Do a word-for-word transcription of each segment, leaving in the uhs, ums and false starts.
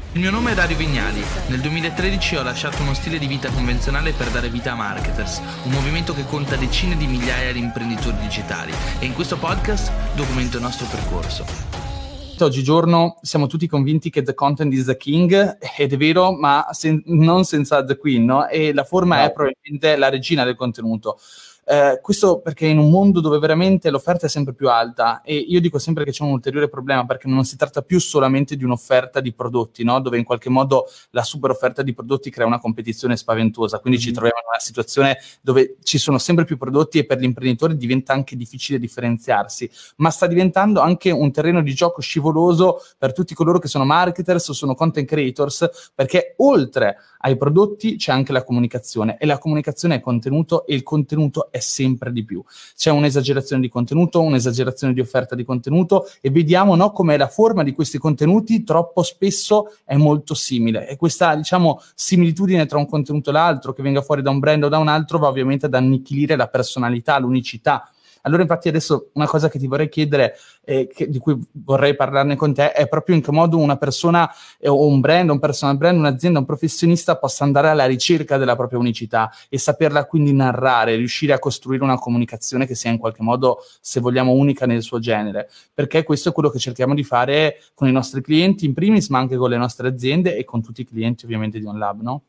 Il mio nome è Dario Vignali. Nel duemilatredici ho lasciato uno stile di vita convenzionale per dare vita a Marketers, un movimento che conta decine di migliaia di imprenditori digitali, e in questo podcast documento il nostro percorso. Oggigiorno siamo tutti convinti che the content is the king, ed è vero, ma sen- non senza the queen, no? E la forma no. è probabilmente la regina del contenuto. Eh, questo perché in un mondo dove veramente l'offerta è sempre più alta, e io dico sempre che c'è un ulteriore problema, perché non si tratta più solamente di un'offerta di prodotti, no? Dove in qualche modo la super offerta di prodotti crea una competizione spaventosa, quindi mm. ci troviamo in una situazione dove ci sono sempre più prodotti e per l'imprenditore diventa anche difficile differenziarsi, ma sta diventando anche un terreno di gioco scivoloso per tutti coloro che sono marketers o sono content creators, perché oltre ai prodotti c'è anche la comunicazione, e la comunicazione è contenuto, e il contenuto è sempre di più. C'è un'esagerazione di contenuto, un'esagerazione di offerta di contenuto, e vediamo, no, come la forma di questi contenuti troppo spesso è molto simile, e questa, diciamo, similitudine tra un contenuto e l'altro, che venga fuori da un brand o da un altro, va ovviamente ad annichilire la personalità, l'unicità. Allora, infatti, adesso una cosa che ti vorrei chiedere, eh, che, di cui vorrei parlarne con te, è proprio in che modo una persona eh, o un brand, un personal brand, un'azienda, un professionista possa andare alla ricerca della propria unicità e saperla quindi narrare, riuscire a costruire una comunicazione che sia in qualche modo, se vogliamo, unica nel suo genere, perché questo è quello che cerchiamo di fare con i nostri clienti in primis, ma anche con le nostre aziende e con tutti i clienti ovviamente di OnLab, no?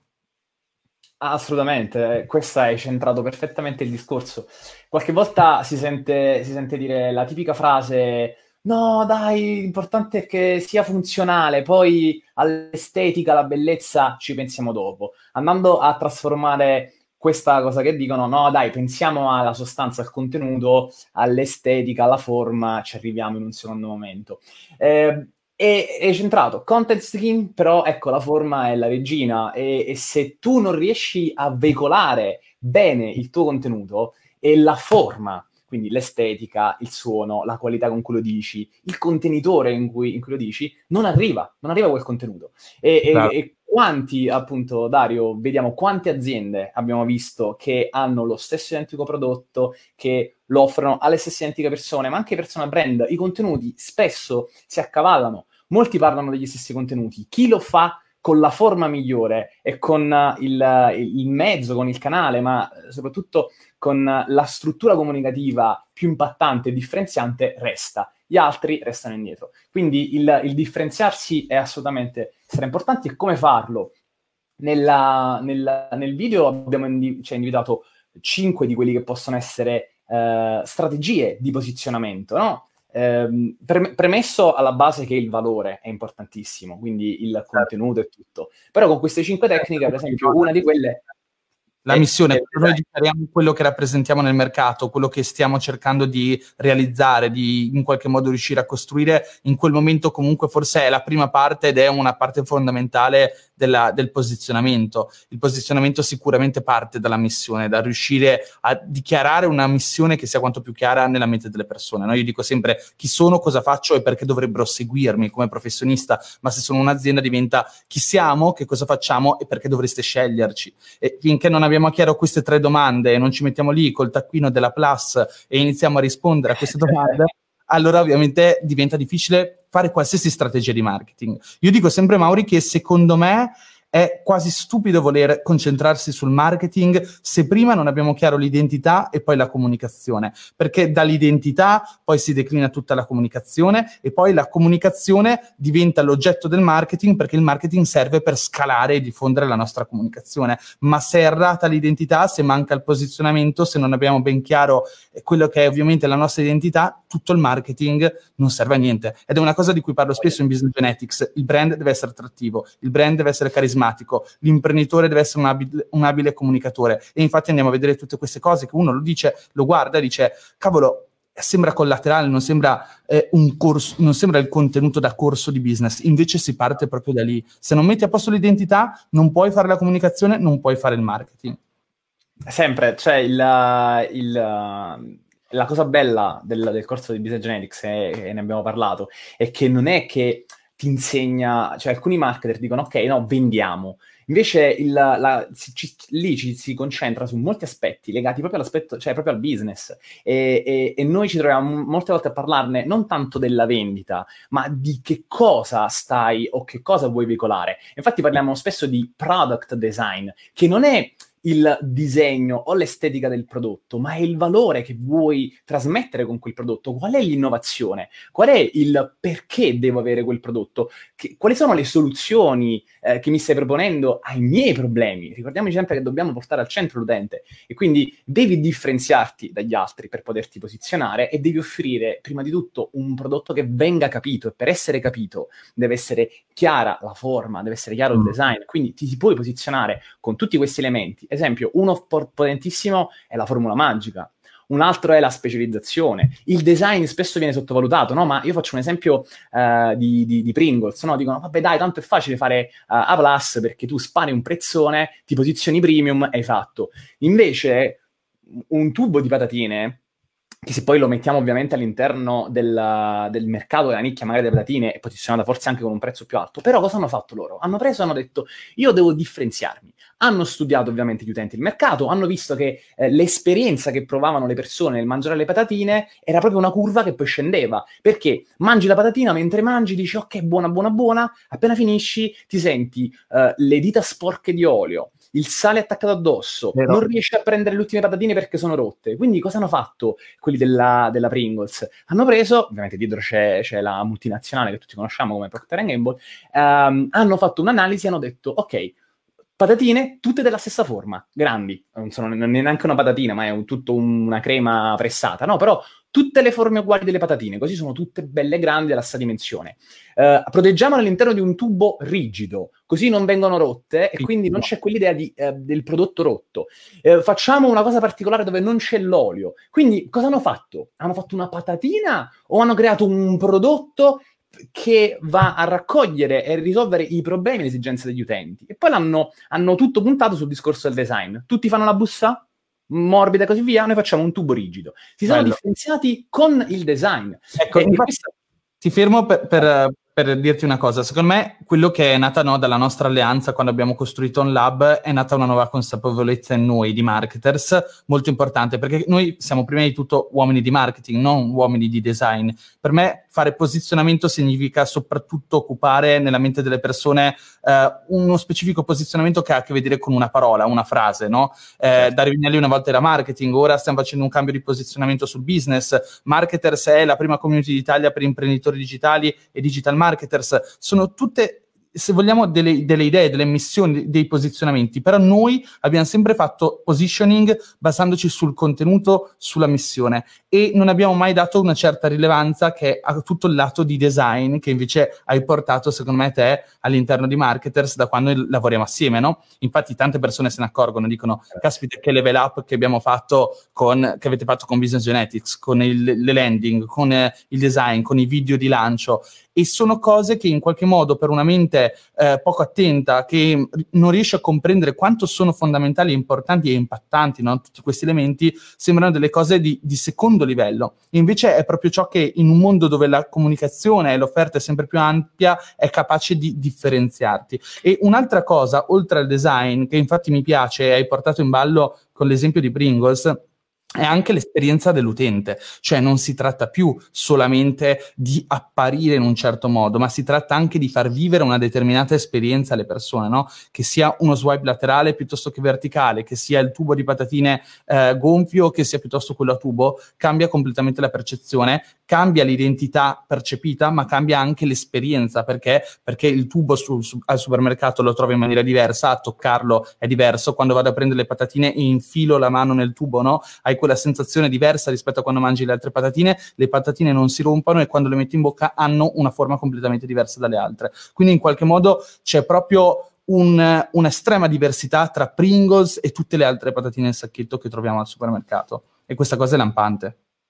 Assolutamente, questo hai centrato perfettamente il discorso. Qualche volta si sente, si sente dire la tipica frase: no dai, l'importante è che sia funzionale, poi all'estetica, alla bellezza ci pensiamo dopo, andando a trasformare questa cosa che dicono: no dai, pensiamo alla sostanza, al contenuto, all'estetica, alla forma, ci arriviamo in un secondo momento. Eh, È, è centrato, content skin, però ecco, la forma è la regina, e, e se tu non riesci a veicolare bene il tuo contenuto, e la forma, quindi l'estetica, il suono, la qualità con cui lo dici, il contenitore in cui, in cui lo dici, non arriva, non arriva quel contenuto. E, Claro. e, e quanti, appunto, Dario, vediamo quante aziende abbiamo visto che hanno lo stesso identico prodotto, che lo offrono alle stesse identiche persone, ma anche personal brand. I contenuti spesso si accavallano. Molti parlano degli stessi contenuti. Chi lo fa con la forma migliore e con uh, il, il mezzo, con il canale, ma soprattutto con uh, la struttura comunicativa più impattante e differenziante, resta. Gli altri restano indietro. Quindi il, il differenziarsi è assolutamente importante. E come farlo? Nella, nella, nel video abbiamo indi- cioè, individuato cinque di quelli che possono essere uh, strategie di posizionamento, no? Eh, pre- premesso alla base che il valore è importantissimo, quindi il contenuto e tutto, però con queste cinque tecniche, per esempio, una di quelle la missione, è, noi dichiariamo quello che rappresentiamo nel mercato, quello che stiamo cercando di realizzare, di in qualche modo riuscire a costruire. In quel momento comunque forse è la prima parte, ed è una parte fondamentale della, del posizionamento. Il posizionamento sicuramente parte dalla missione, da riuscire a dichiarare una missione che sia quanto più chiara nella mente delle persone, no? Io dico sempre: chi sono, cosa faccio e perché dovrebbero seguirmi come professionista, ma se sono un'azienda diventa chi siamo, che cosa facciamo e perché dovreste sceglierci. E finché non abbiamo chiaro queste tre domande e non ci mettiamo lì col taccuino della Plus e iniziamo a rispondere a queste domande, allora ovviamente diventa difficile fare qualsiasi strategia di marketing. Io dico sempre, Mauri, che secondo me è quasi stupido voler concentrarsi sul marketing se prima non abbiamo chiaro l'identità e poi la comunicazione, perché dall'identità poi si declina tutta la comunicazione, e poi la comunicazione diventa l'oggetto del marketing, perché il marketing serve per scalare e diffondere la nostra comunicazione. Ma se è errata l'identità, se manca il posizionamento, se non abbiamo ben chiaro quello che è ovviamente la nostra identità, tutto il marketing non serve a niente. Ed è una cosa di cui parlo spesso in Business Genetics: il brand deve essere attrattivo, il brand deve essere carismatico, l'imprenditore deve essere un abile, un abile comunicatore. E infatti andiamo a vedere tutte queste cose che uno lo dice, lo guarda e dice: cavolo, sembra collaterale, non sembra eh, un corso, non sembra il contenuto da corso di business. Invece si parte proprio da lì. Se non metti a posto l'identità, non puoi fare la comunicazione, non puoi fare il marketing. Sempre, cioè il, il la cosa bella del, del corso di Business Genetics, e, e ne abbiamo parlato, è che non è che ti insegna, cioè alcuni marketer dicono ok, no, vendiamo. Invece il, la, ci, ci, lì ci si concentra su molti aspetti legati proprio all'aspetto, cioè proprio al business. E, e, e noi ci troviamo molte volte a parlarne non tanto della vendita, ma di che cosa stai o che cosa vuoi veicolare. Infatti parliamo spesso di product design, che non è il disegno o l'estetica del prodotto, ma è il valore che vuoi trasmettere con quel prodotto. Qual è l'innovazione? Qual è il perché devo avere quel prodotto? Che, quali sono le soluzioni eh, che mi stai proponendo ai miei problemi? Ricordiamoci sempre che dobbiamo portare al centro l'utente e quindi devi differenziarti dagli altri per poterti posizionare e devi offrire prima di tutto un prodotto che venga capito, e per essere capito deve essere chiara la forma, deve essere chiaro il design, quindi ti, ti puoi posizionare con tutti questi elementi. Esempio, uno potentissimo è la formula magica, un altro è la specializzazione. Il design spesso viene sottovalutato, no? Ma io faccio un esempio uh, di, di, di Pringles, no? Dicono, vabbè dai, tanto è facile fare uh, A plus perché tu spari un prezzone, ti posizioni premium, hai fatto. Invece un tubo di patatine, che se poi lo mettiamo ovviamente all'interno del, del mercato della nicchia magari delle patatine, è posizionata forse anche con un prezzo più alto, però cosa hanno fatto loro? Hanno preso e hanno detto, io devo differenziarmi. Hanno studiato ovviamente gli utenti il mercato, hanno visto che eh, l'esperienza che provavano le persone nel mangiare le patatine era proprio una curva che poi scendeva, perché mangi la patatina, mentre mangi dici ok, buona, buona, buona, appena finisci ti senti uh, le dita sporche di olio, il sale attaccato addosso, Vero. non riesci a prendere le ultime patatine perché sono rotte. Quindi cosa hanno fatto quelli della, della Pringles? Hanno preso, ovviamente dietro c'è, c'è la multinazionale che tutti conosciamo come Procter and Gamble, um, hanno fatto un'analisi e hanno detto ok, patatine tutte della stessa forma, grandi, non sono non è neanche una patatina, ma è un, tutto una crema pressata, no? Però tutte le forme uguali delle patatine, così sono tutte belle grandi della stessa dimensione. Uh, proteggiamole all'interno di un tubo rigido, così non vengono rotte e quindi non c'è quell'idea di, uh, del prodotto rotto. Uh, facciamo una cosa particolare dove non c'è l'olio. Quindi cosa hanno fatto? Hanno fatto una patatina o hanno creato un prodotto che va a raccogliere e risolvere i problemi e le esigenze degli utenti? E poi l'hanno, hanno tutto puntato sul discorso del design. Tutti fanno la busta morbida e così via, noi facciamo un tubo rigido. Si sono Bello. differenziati con il design. Ecco, e infatti, questa... ti fermo per, per, per dirti una cosa. Secondo me quello che è nata no, dalla nostra alleanza quando abbiamo costruito un lab è nata una nuova consapevolezza in noi di marketers molto importante, perché noi siamo prima di tutto uomini di marketing, non uomini di design. Per me fare posizionamento significa soprattutto occupare nella mente delle persone eh, uno specifico posizionamento che ha a che vedere con una parola, una frase, no? Eh, certo. Dario Vignelli una volta era marketing, ora stiamo facendo un cambio di posizionamento sul business. Marketers è la prima community d'Italia per imprenditori digitali e digital marketers. Sono tutte, se vogliamo, delle, delle idee, delle missioni, dei posizionamenti, però noi abbiamo sempre fatto positioning basandoci sul contenuto, sulla missione, e non abbiamo mai dato una certa rilevanza che a tutto il lato di design che invece hai portato, secondo me, te all'interno di marketers da quando lavoriamo assieme, no? Infatti tante persone se ne accorgono, dicono caspita che level up che abbiamo fatto con, che avete fatto con Business Genetics, con il, le landing, con eh, il design, con i video di lancio, e sono cose che in qualche modo per una mente eh, poco attenta, che non riesce a comprendere quanto sono fondamentali, importanti e impattanti, no? Tutti questi elementi sembrano delle cose di, di secondo livello, invece è proprio ciò che in un mondo dove la comunicazione e l'offerta è sempre più ampia è capace di differenziarti. E un'altra cosa, oltre al design, che infatti mi piace e hai portato in ballo con l'esempio di Pringles, è anche l'esperienza dell'utente. Cioè non si tratta più solamente di apparire in un certo modo, ma si tratta anche di far vivere una determinata esperienza alle persone, no? Che sia uno swipe laterale piuttosto che verticale, che sia il tubo di patatine eh, gonfio, che sia piuttosto quello a tubo, cambia completamente la percezione, cambia l'identità percepita, ma cambia anche l'esperienza, perché perché il tubo su, su, al supermercato lo trovo in maniera diversa, a toccarlo è diverso, quando vado a prendere le patatine e infilo la mano nel tubo, no? Hai quella sensazione diversa rispetto a quando mangi le altre patatine, le patatine non si rompono e quando le metti in bocca hanno una forma completamente diversa dalle altre. Quindi in qualche modo c'è proprio un, un'estrema diversità tra Pringles e tutte le altre patatine in sacchetto che troviamo al supermercato, e questa cosa è lampante.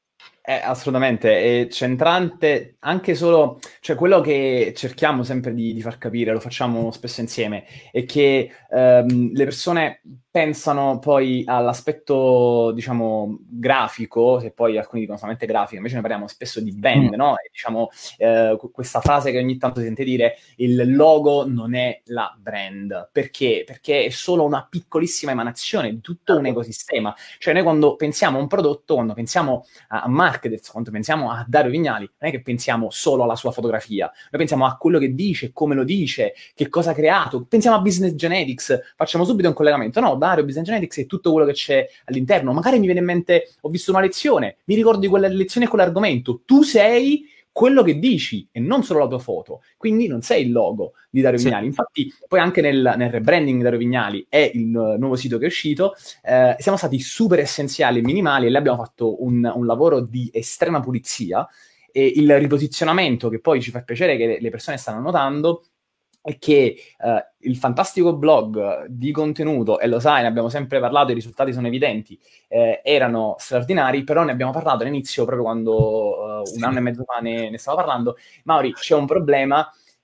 Eh, assolutamente, è centrante anche solo, cioè quello che cerchiamo sempre di, di far capire, lo facciamo spesso insieme, è che ehm, le persone pensano poi all'aspetto, diciamo, grafico, se poi alcuni dicono solamente grafico, invece noi parliamo spesso di brand, mm. no? E, diciamo, eh, questa frase che ogni tanto si sente dire, il logo non è la brand. Perché? Perché è solo una piccolissima emanazione di tutto un ecosistema. Cioè noi quando pensiamo a un prodotto, quando pensiamo a, a marketers, quando pensiamo a Dario Vignali, non è che pensiamo solo alla sua fotografia, noi pensiamo a quello che dice, come lo dice, che cosa ha creato, pensiamo a Business Genetics, facciamo subito un collegamento, no, Dario, Business Genetics è tutto quello che c'è all'interno, magari mi viene in mente, ho visto una lezione, mi ricordo di quella lezione e quell'argomento, tu sei quello che dici e non solo la tua foto, quindi non sei il logo di Dario Vignali. Sì. Infatti poi anche nel, nel rebranding di Dario Vignali è il nuovo sito che è uscito, eh, siamo stati super essenziali e minimali e lì abbiamo fatto un, un lavoro di estrema pulizia e il riposizionamento che poi ci fa piacere che le persone stanno notando è che eh, il fantastico blog di contenuto, e lo sai, ne abbiamo sempre parlato, i risultati sono evidenti, eh, erano straordinari, però ne abbiamo parlato all'inizio, proprio quando uh, un anno e mezzo fa ne, ne stavo parlando. Mauri, c'è un problema,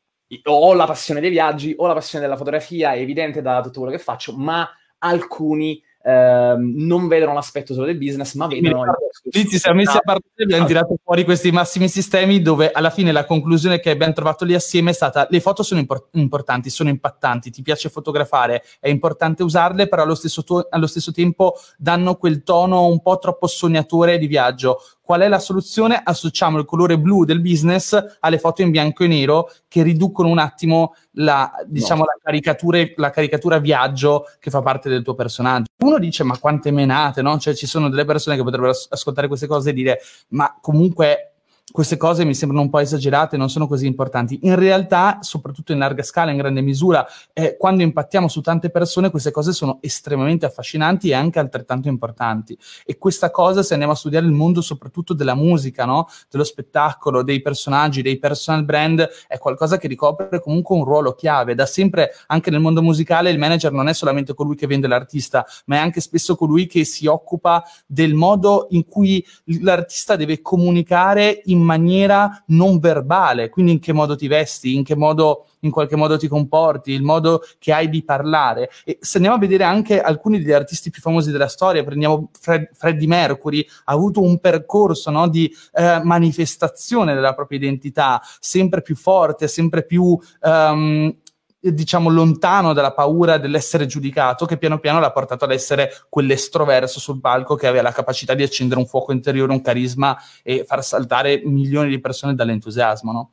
ho la passione dei viaggi, ho la passione della fotografia, è evidente da tutto quello che faccio, ma alcuni Uh, non vedono l'aspetto solo del business, ma vedono... Lì ci siamo messi a parlare e abbiamo tirato fuori questi massimi sistemi dove alla fine la conclusione che abbiamo trovato lì assieme è stata: le foto sono import- importanti, sono impattanti, ti piace fotografare, è importante usarle, però allo stesso, to- allo stesso tempo danno quel tono un po' troppo sognatore di viaggio. Qual è la soluzione? Associamo il colore blu del business alle foto in bianco e nero che riducono un attimo la, diciamo, no. la, caricatura, la caricatura viaggio che fa parte del tuo personaggio. Uno dice: ma quante menate, no? Cioè ci sono delle persone che potrebbero ascoltare queste cose e dire: ma comunque queste cose mi sembrano un po' esagerate, non sono così importanti. In realtà, soprattutto in larga scala, in grande misura, eh, quando impattiamo su tante persone, queste cose sono estremamente affascinanti e anche altrettanto importanti. E questa cosa, se andiamo a studiare il mondo soprattutto della musica, no? Dello spettacolo, dei personaggi, dei personal brand, è qualcosa che ricopre comunque un ruolo chiave. Da sempre, anche nel mondo musicale, il manager non è solamente colui che vende l'artista, ma è anche spesso colui che si occupa del modo in cui l'artista deve comunicare in maniera non verbale, quindi in che modo ti vesti, in che modo in qualche modo ti comporti, il modo che hai di parlare. E se andiamo a vedere anche alcuni degli artisti più famosi della storia, prendiamo Fred, Freddie Mercury, ha avuto un percorso, no, di eh, manifestazione della propria identità sempre più forte, sempre più um, diciamo lontano dalla paura dell'essere giudicato, che piano piano l'ha portato ad essere quell'estroverso sul palco che aveva la capacità di accendere un fuoco interiore, un carisma e far saltare milioni di persone dall'entusiasmo, no?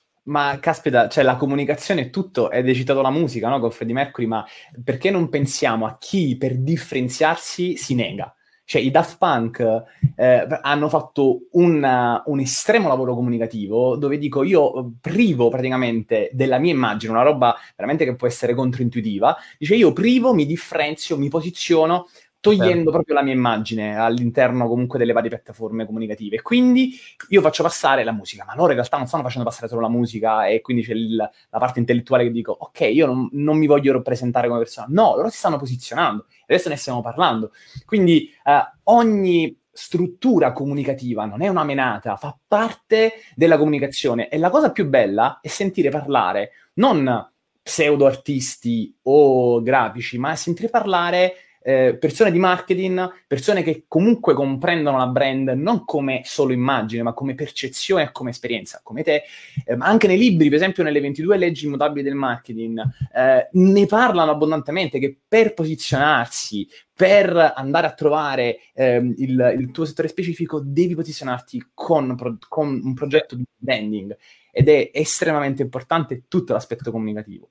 Ma caspita, cioè la comunicazione è tutto, ed hai citato la musica, no, con Freddie Mercury, ma perché non pensiamo a chi per differenziarsi si nega? Cioè i Daft Punk eh, hanno fatto un, un estremo lavoro comunicativo dove dico io privo praticamente della mia immagine, una roba veramente che può essere controintuitiva, dice io privo, mi differenzio, mi posiziono togliendo certo. proprio la mia immagine all'interno comunque delle varie piattaforme comunicative. Quindi io faccio passare la musica, ma loro in realtà non stanno facendo passare solo la musica e quindi c'è il, la parte intellettuale che dico ok, io non, non mi voglio rappresentare come persona. No, loro si stanno posizionando, adesso ne stiamo parlando. Quindi eh, ogni struttura comunicativa non è una menata, fa parte della comunicazione e la cosa più bella è sentire parlare non pseudo artisti o grafici, ma sentire parlare Eh, persone di marketing, persone che comunque comprendono la brand non come solo immagine, ma come percezione e come esperienza, come te, eh, ma anche nei libri, per esempio nelle ventidue leggi immutabili del marketing, eh, ne parlano abbondantemente che per posizionarsi, per andare a trovare eh, il, il tuo settore specifico, devi posizionarti con, pro- con un progetto di branding ed è estremamente importante tutto l'aspetto comunicativo.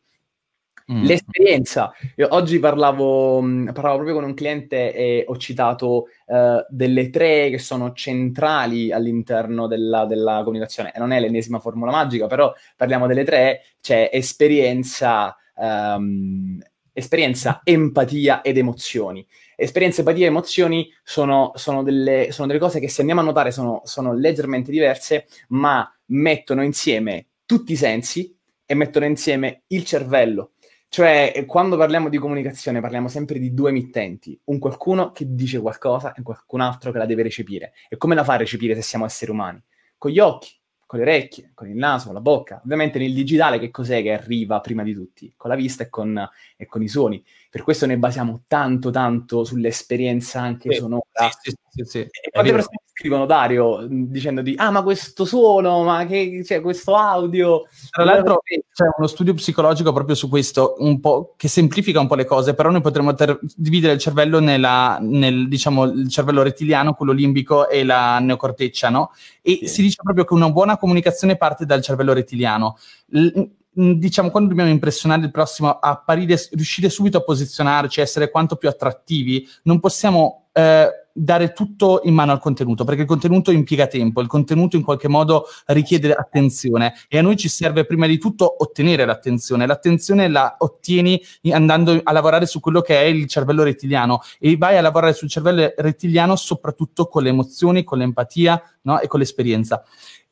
Mm. L'esperienza. Io oggi parlavo, parlavo proprio con un cliente e ho citato uh, delle tre che sono centrali all'interno della, della comunicazione. E non è l'ennesima formula magica, però parliamo delle tre. C'è esperienza, um, esperienza, empatia ed emozioni. Esperienza, empatia e emozioni sono, sono, delle, sono delle cose che, se andiamo a notare, sono, sono leggermente diverse, ma mettono insieme tutti i sensi e mettono insieme il cervello. Cioè, quando parliamo di comunicazione parliamo sempre di due emittenti, un qualcuno che dice qualcosa e qualcun altro che la deve recepire. E come la fa a recepire se siamo esseri umani? Con gli occhi, con le orecchie, con il naso, con la bocca. Ovviamente nel digitale che cos'è che arriva prima di tutti? Con la vista e con, e con i suoni. Per questo ne basiamo tanto tanto sull'esperienza anche sì, sonora. Sì, sì, sì, sì. E quante persone scrivono, Dario, dicendo di ah, ma questo suono, ma che c'è questo audio. Tra l'altro c'è uno studio psicologico proprio su questo, un po' che semplifica un po' le cose, però noi potremmo ter- dividere il cervello nella, nel, diciamo, il cervello rettiliano, quello limbico e la neocorteccia, no? E Sì. si dice proprio che una buona comunicazione parte dal cervello rettiliano. L- diciamo, quando dobbiamo impressionare il prossimo, apparire, riuscire subito a posizionarci, essere quanto più attrattivi, non possiamo eh, dare tutto in mano al contenuto, perché il contenuto impiega tempo, il contenuto in qualche modo richiede attenzione e a noi ci serve prima di tutto ottenere l'attenzione. L'attenzione la ottieni andando a lavorare su quello che è il cervello rettiliano e vai a lavorare sul cervello rettiliano soprattutto con le emozioni, con l'empatia, no? E con l'esperienza.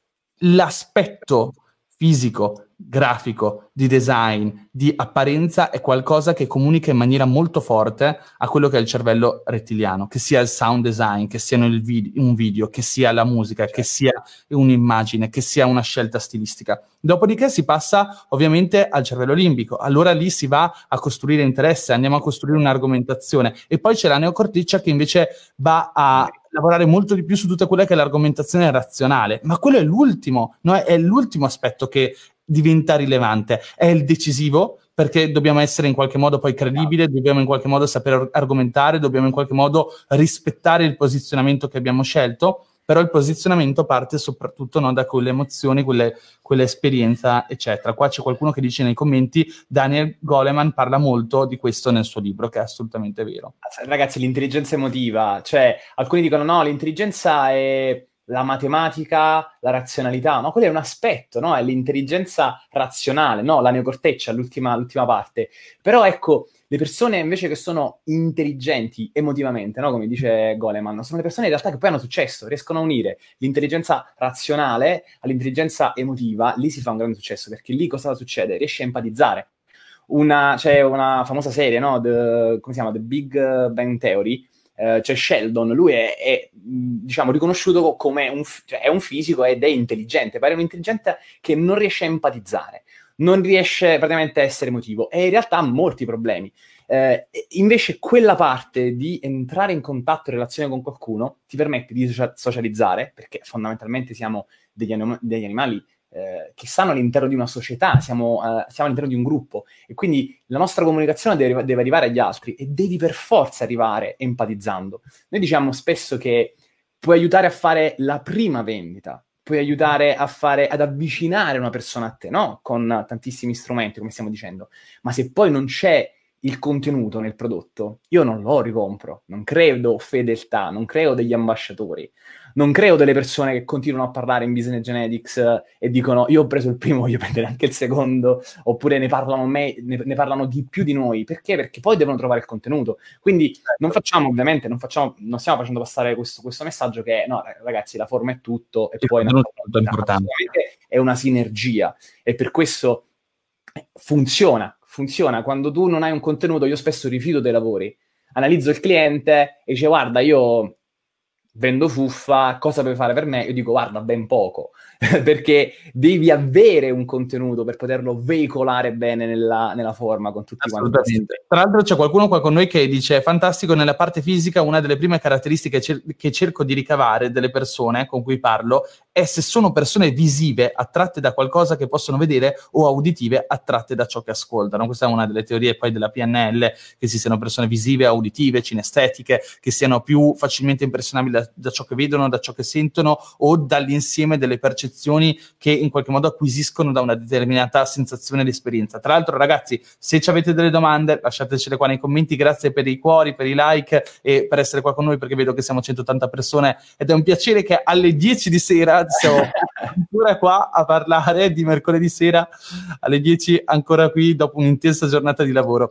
L'aspetto fisico, grafico, di design, di apparenza è qualcosa che comunica in maniera molto forte a quello che è il cervello rettiliano, che sia il sound design, che sia il vid- un video, che sia la musica, che sia un'immagine, che sia una scelta stilistica. Dopodiché si passa ovviamente al cervello limbico, allora lì si va a costruire interesse, andiamo a costruire un'argomentazione e poi c'è la neocorteccia che invece va a lavorare molto di più su tutta quella che è l'argomentazione razionale, ma quello è l'ultimo, no? È l'ultimo aspetto che diventa rilevante, è il decisivo, perché dobbiamo essere in qualche modo poi credibili, dobbiamo in qualche modo saper argomentare, dobbiamo in qualche modo rispettare il posizionamento che abbiamo scelto, però il posizionamento parte soprattutto, no, da quelle emozioni, quelle, quell'esperienza, eccetera. Qua c'è qualcuno che dice nei commenti, Daniel Goleman parla molto di questo nel suo libro, che è assolutamente vero. Ragazzi, l'intelligenza emotiva, cioè alcuni dicono no, l'intelligenza è la matematica, la razionalità, no, quello è un aspetto, no, è l'intelligenza razionale, no, la neocorteccia, l'ultima, l'ultima parte. Però ecco, le persone invece che sono intelligenti emotivamente, no, come dice Goleman, sono le persone in realtà che poi hanno successo, riescono a unire l'intelligenza razionale all'intelligenza emotiva, lì si fa un grande successo, perché lì cosa succede? Riesce a empatizzare. Una, c'è una famosa serie, no, The, come si chiama? The Big Bang Theory. Uh, c'è Sheldon, lui è, è diciamo riconosciuto come un, cioè è un fisico ed è intelligente, pare un intelligente che non riesce a empatizzare, non riesce praticamente a essere emotivo e in realtà ha molti problemi. Uh, invece quella parte di entrare in contatto, in relazione con qualcuno, ti permette di socializzare, perché fondamentalmente siamo degli, anim- degli animali Eh, che stanno all'interno di una società, siamo, uh, siamo all'interno di un gruppo e quindi la nostra comunicazione deve, deve arrivare agli altri e devi per forza arrivare empatizzando. Noi diciamo spesso che puoi aiutare a fare la prima vendita, puoi aiutare a fare, ad avvicinare una persona a te, no? Con tantissimi strumenti, come stiamo dicendo, ma se poi non c'è il contenuto nel prodotto, io non lo ricompro, non credo fedeltà, non creo degli ambasciatori, non creo delle persone che continuano a parlare in business genetics eh, e dicono io ho preso il primo, voglio prendere anche il secondo, oppure ne parlano, me, ne, ne parlano di più di noi. Perché? Perché poi devono trovare il contenuto. Quindi non facciamo, ovviamente, non, facciamo, non stiamo facendo passare questo, questo messaggio che no, ragazzi, la forma è tutto e il poi non è importante. È una sinergia e per questo funziona, funziona. Quando tu non hai un contenuto, io spesso rifiuto dei lavori, analizzo il cliente e dice guarda, io vendo fuffa, cosa puoi fare per me? Io dico guarda, ben poco, perché devi avere un contenuto per poterlo veicolare bene nella, nella forma con tutti quanti. Assolutamente. Tra l'altro c'è qualcuno qua con noi che dice fantastico, nella parte fisica una delle prime caratteristiche cer- che cerco di ricavare delle persone con cui parlo è se sono persone visive attratte da qualcosa che possono vedere o auditive attratte da ciò che ascoltano. Questa è una delle teorie poi della P N L, che ci siano persone visive, auditive, cinestetiche, che siano più facilmente impressionabili da, da ciò che vedono, da ciò che sentono o dall'insieme delle percezioni che in qualche modo acquisiscono da una determinata sensazione di esperienza. Tra l'altro ragazzi, se ci avete delle domande lasciatecele qua nei commenti, grazie per i cuori, per i like e per essere qua con noi, perché vedo che siamo centottanta persone ed è un piacere che alle dieci di sera siamo ancora qua a parlare di mercoledì sera alle dieci, ancora qui dopo un'intensa giornata di lavoro.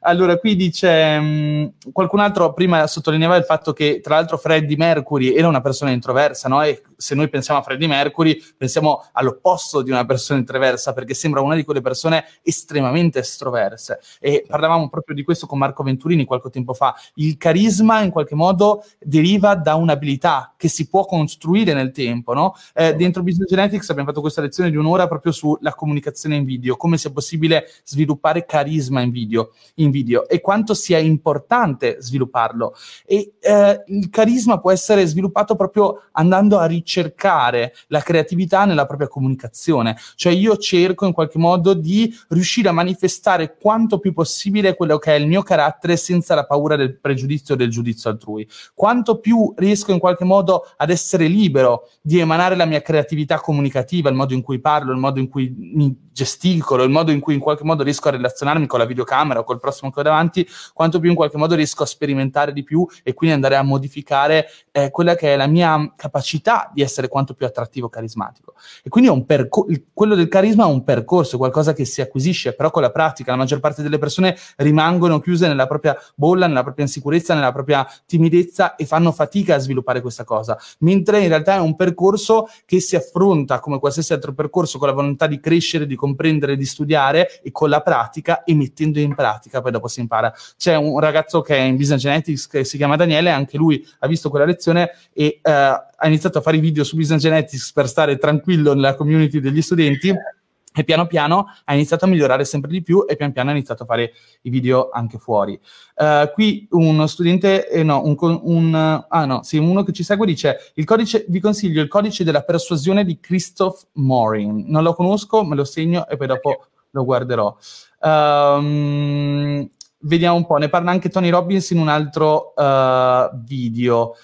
Allora, qui dice mh, qualcun altro prima sottolineava il fatto che tra l'altro Freddie Mercury era una persona introversa, no? E se noi pensiamo a Freddie Mercury pensiamo all'opposto di una persona introversa, perché sembra una di quelle persone estremamente estroverse. E parlavamo proprio di questo con Marco Venturini qualche tempo fa. Il carisma in qualche modo deriva da un'abilità che si può costruire nel tempo, no? Eh, dentro Business Genetics abbiamo fatto questa lezione di un'ora proprio sulla comunicazione in video, come sia possibile sviluppare carisma in video, in video e quanto sia importante svilupparlo. E eh, il carisma può essere sviluppato proprio andando a ricercare la creatività nella propria comunicazione. Cioè io cerco in qualche modo di riuscire a manifestare quanto più possibile quello che è il mio carattere senza la paura del pregiudizio o del giudizio altrui. Quanto più riesco in qualche modo ad essere libero di emanare la mia creatività comunicativa, il modo in cui parlo, il modo in cui mi gesticolo, il modo in cui in qualche modo riesco a relazionarmi con la videocamera o col prossimo che ho davanti, quanto più in qualche modo riesco a sperimentare di più e quindi andare a modificare eh, quella che è la mia capacità di essere quanto più attrattivo, carismatico. E quindi è un percor- quello del carisma è un percorso, qualcosa che si acquisisce, però con la pratica. La maggior parte delle persone rimangono chiuse nella propria bolla, nella propria insicurezza, nella propria timidezza e fanno fatica a sviluppare questa cosa, mentre in realtà è un percorso che si affronta come qualsiasi altro percorso con la volontà di crescere, di comprendere, di studiare e con la pratica, e mettendo in pratica poi dopo si impara. C'è un ragazzo che è in Business Genetics che si chiama Daniele, anche lui ha visto quella lezione e uh, ha iniziato a fare i video su Business Genetics per stare tranquillo nella community degli studenti e piano piano ha iniziato a migliorare sempre di più e pian piano ha iniziato a fare i video anche fuori. Uh, qui uno studente, eh, no, un, un, ah no, sì, uno che ci segue dice: il codice, vi consiglio il codice della persuasione di Christoph Morin. Non lo conosco, me lo segno e poi dopo lo guarderò. Um, vediamo un po', ne parla anche Tony Robbins in un altro uh, video.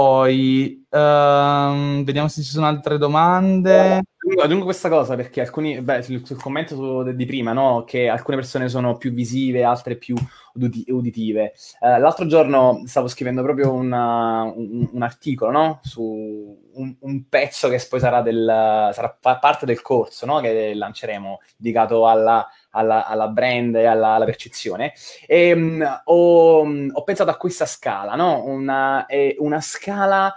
Poi um, vediamo se ci sono altre domande. Aggiungo questa cosa perché alcuni, beh, sul, sul commento su, di prima, no? Che alcune persone sono più visive, altre più uditi- uditive. Uh, l'altro giorno stavo scrivendo proprio una, un, un articolo, no? Su un, un pezzo che poi sarà, del, sarà parte del corso, no? Che lanceremo, dedicato alla, alla, alla brand e alla, alla percezione. E um, ho, ho pensato a questa scala, no? Una, è una scala...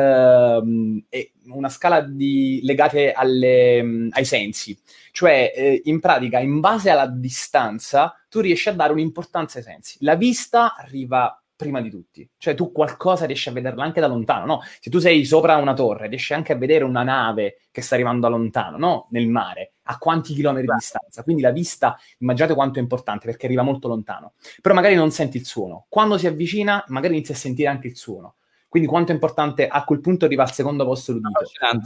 Uh, una scala di, legate alle, ai sensi, cioè eh, in pratica in base alla distanza tu riesci a dare un'importanza ai sensi. La vista arriva prima di tutti, cioè tu qualcosa riesci a vederla anche da lontano, no? Se tu sei sopra una torre riesci anche a vedere una nave che sta arrivando da lontano, no? Nel mare, a quanti chilometri di distanza. Quindi la vista, immaginate quanto è importante perché arriva molto lontano, però magari non senti il suono. Quando si avvicina magari inizi a sentire anche il suono. Quindi quanto è importante, a quel punto arriva al secondo posto l'udito.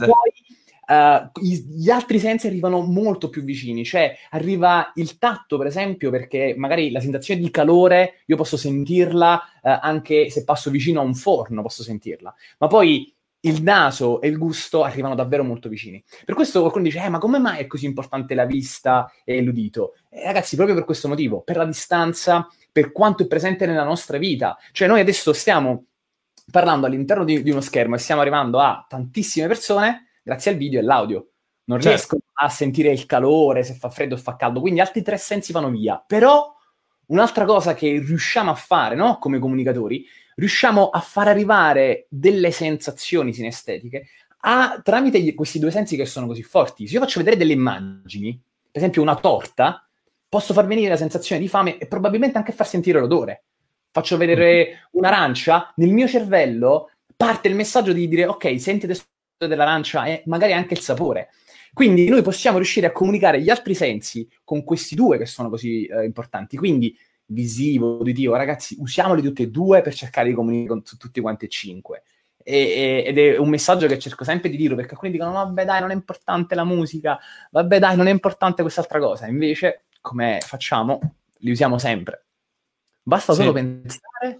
Poi uh, gli altri sensi arrivano molto più vicini, cioè arriva il tatto, per esempio, perché magari la sensazione di calore io posso sentirla uh, anche se passo vicino a un forno, posso sentirla. Ma poi il naso e il gusto arrivano davvero molto vicini. Per questo qualcuno dice, eh, ma come mai è così importante la vista e l'udito? Eh, ragazzi, proprio per questo motivo, per la distanza, per quanto è presente nella nostra vita. Cioè noi adesso stiamo parlando all'interno di, di uno schermo e stiamo arrivando a tantissime persone grazie al video e all'audio. Non certo. riesco a sentire il calore, se fa freddo o fa caldo, quindi altri tre sensi vanno via. Però un'altra cosa che riusciamo a fare, no? Come comunicatori, riusciamo a far arrivare delle sensazioni sinestetiche a, tramite questi due sensi che sono così forti. Se io faccio vedere delle immagini, per esempio una torta, posso far venire la sensazione di fame e probabilmente anche far sentire l'odore. Faccio vedere un'arancia, nel mio cervello parte il messaggio di dire ok, senti adesso dell'arancia e magari anche il sapore. Quindi noi possiamo riuscire a comunicare gli altri sensi con questi due che sono così eh, importanti. Quindi visivo, uditivo, ragazzi, usiamoli tutti e due per cercare di comunicare con t- tutti quanti e cinque. E, e, ed è un messaggio che cerco sempre di dire, perché alcuni dicono vabbè dai, non è importante la musica, vabbè dai, non è importante quest'altra cosa. Invece, come facciamo, li usiamo sempre. Basta solo sì. pensare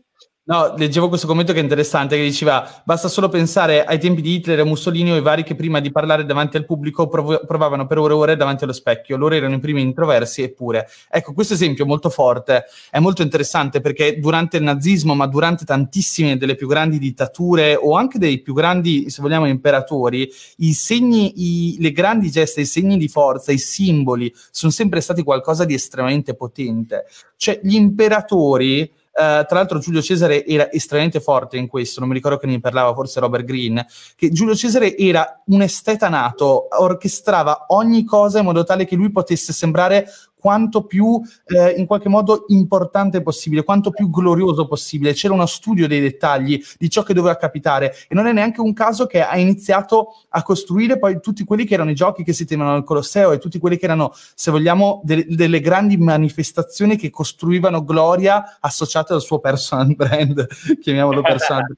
No, leggevo questo commento che è interessante, che diceva: basta solo pensare ai tempi di Hitler e Mussolini o i vari che prima di parlare davanti al pubblico prov- provavano per ore e ore davanti allo specchio. Loro erano i primi introversi, eppure. Ecco, questo esempio è molto forte, è molto interessante, perché durante il nazismo, ma durante tantissime delle più grandi dittature o anche dei più grandi, se vogliamo, imperatori, i segni, i, le grandi gesta, i segni di forza, i simboli sono sempre stati qualcosa di estremamente potente. Cioè, gli imperatori... Uh, tra l'altro Giulio Cesare era estremamente forte in questo, non mi ricordo che ne parlava, forse Robert Greene, che Giulio Cesare era un esteta nato, orchestrava ogni cosa in modo tale che lui potesse sembrare quanto più eh, in qualche modo importante possibile, quanto più glorioso possibile. C'era uno studio dei dettagli di ciò che doveva capitare, e non è neanche un caso che ha iniziato a costruire poi tutti quelli che erano i giochi che si tenevano al Colosseo e tutti quelli che erano, se vogliamo, de- delle grandi manifestazioni che costruivano gloria associate al suo personal brand, chiamiamolo personal brand.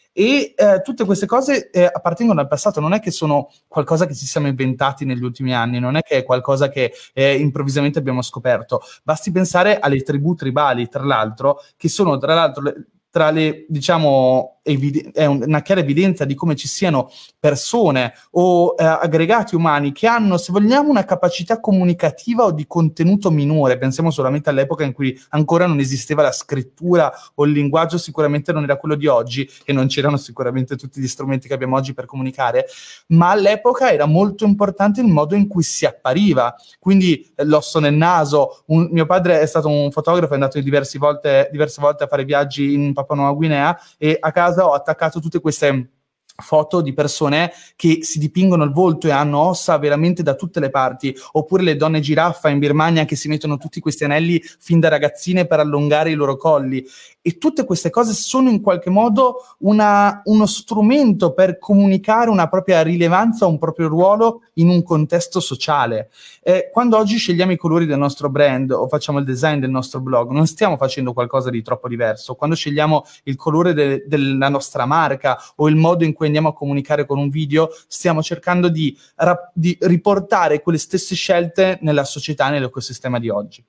E eh, tutte queste cose eh, appartengono al passato, non è che sono qualcosa che ci siamo inventati negli ultimi anni, non è che è qualcosa che eh, improvvisamente abbiamo scoperto. Basti pensare alle tribù tribali, tra l'altro, che sono tra l'altro le, tra le, diciamo, evide- è una chiara evidenza di come ci siano persone o eh, aggregati umani che hanno, se vogliamo, una capacità comunicativa o di contenuto minore. Pensiamo solamente all'epoca in cui ancora non esisteva la scrittura o il linguaggio, sicuramente non era quello di oggi e non c'erano sicuramente tutti gli strumenti che abbiamo oggi per comunicare, ma all'epoca era molto importante il modo in cui si appariva, quindi eh, l'osso nel naso. Un, mio padre è stato un fotografo, è andato diverse volte, diverse volte a fare viaggi in Papua Nuova Guinea, e a casa ho attaccato tutte queste foto di persone che si dipingono il volto e hanno ossa veramente da tutte le parti, oppure le donne giraffa in Birmania che si mettono tutti questi anelli fin da ragazzine per allungare i loro colli. E tutte queste cose sono in qualche modo una, uno strumento per comunicare una propria rilevanza, un proprio ruolo in un contesto sociale. Eh, quando oggi scegliamo i colori del nostro brand o facciamo il design del nostro blog, non stiamo facendo qualcosa di troppo diverso. Quando scegliamo il colore de- della nostra marca o il modo in cui andiamo a comunicare con un video, stiamo cercando di, rap- di riportare quelle stesse scelte nella società, nell'ecosistema di oggi.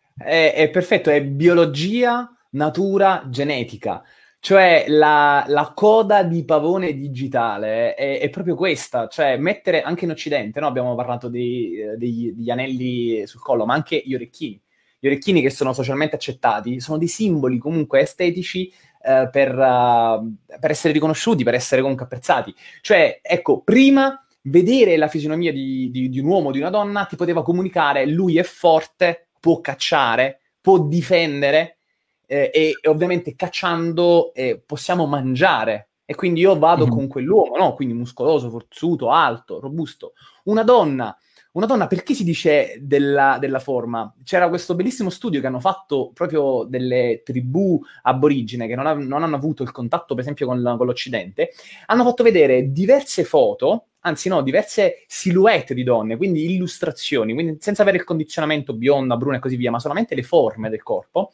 È, è perfetto, è biologia, natura, genetica. Cioè la, la coda di pavone digitale è, è proprio questa, cioè mettere anche in Occidente, no? Abbiamo parlato dei, degli, degli anelli sul collo, ma anche gli orecchini. Gli orecchini che sono socialmente accettati sono dei simboli comunque estetici eh, per, uh, per essere riconosciuti, per essere comunque apprezzati. Cioè, ecco, prima vedere la fisionomia di, di, di un uomo o di una donna ti poteva comunicare: lui è forte, può cacciare, può difendere, eh, e, e ovviamente cacciando eh, possiamo mangiare. E quindi io vado mm-hmm. con quell'uomo, no? Quindi muscoloso, forzuto, alto, robusto. Una donna, una donna perché si dice della, della forma? C'era questo bellissimo studio che hanno fatto proprio delle tribù aborigene che non, ha, non hanno avuto il contatto, per esempio, con, la, con l'Occidente. Hanno fatto vedere diverse foto, anzi no, diverse silhouette di donne, quindi illustrazioni, quindi senza avere il condizionamento bionda, bruna e così via, ma solamente le forme del corpo.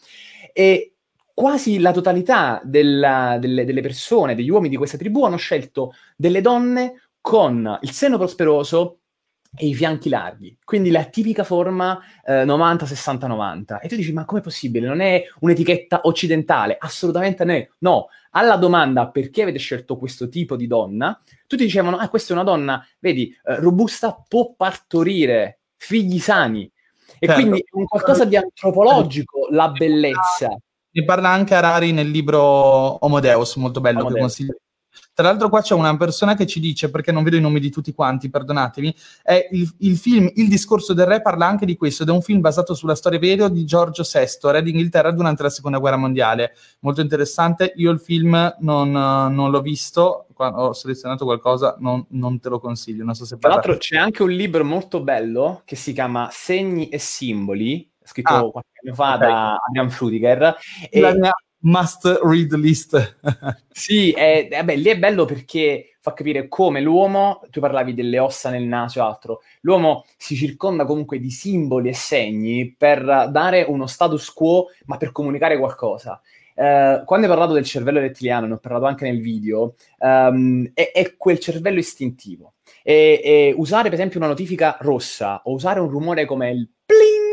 E quasi la totalità della, delle, delle persone, degli uomini di questa tribù hanno scelto delle donne con il seno prosperoso e i fianchi larghi, quindi la tipica forma eh, novanta sessanta novanta. E tu dici: ma com'è possibile? Non è un'etichetta occidentale? Assolutamente no. No, alla domanda perché avete scelto questo tipo di donna, tutti dicevano: ah, questa è una donna, vedi, eh, robusta, può partorire figli sani. E certo. Quindi è un qualcosa di antropologico la bellezza. Ne parla anche Harari nel libro Homo Deus, molto bello, Homo che Deus. Consiglio. Tra l'altro qua c'è una persona che ci dice, perché non vedo i nomi di tutti quanti, perdonatemi, è il, il film Il discorso del re parla anche di questo, ed è un film basato sulla storia vera di Giorgio sesto, re d'Inghilterra durante la seconda guerra mondiale. Molto interessante. Io il film non, non l'ho visto, ho selezionato qualcosa, non, non te lo consiglio, non so se Tra parla. l'altro c'è anche un libro molto bello che si chiama Segni e simboli, scritto ah, qualche anno fa okay. da Adrian Frutiger. La e... mia must read list. Sì, è, è, beh, lì è bello perché fa capire come l'uomo, tu parlavi delle ossa nel naso e altro, l'uomo si circonda comunque di simboli e segni per dare uno status quo, ma per comunicare qualcosa. Uh, quando hai parlato del cervello rettiliano, ne ho parlato anche nel video, um, è, è quel cervello istintivo. E, e usare per esempio una notifica rossa o usare un rumore come il pling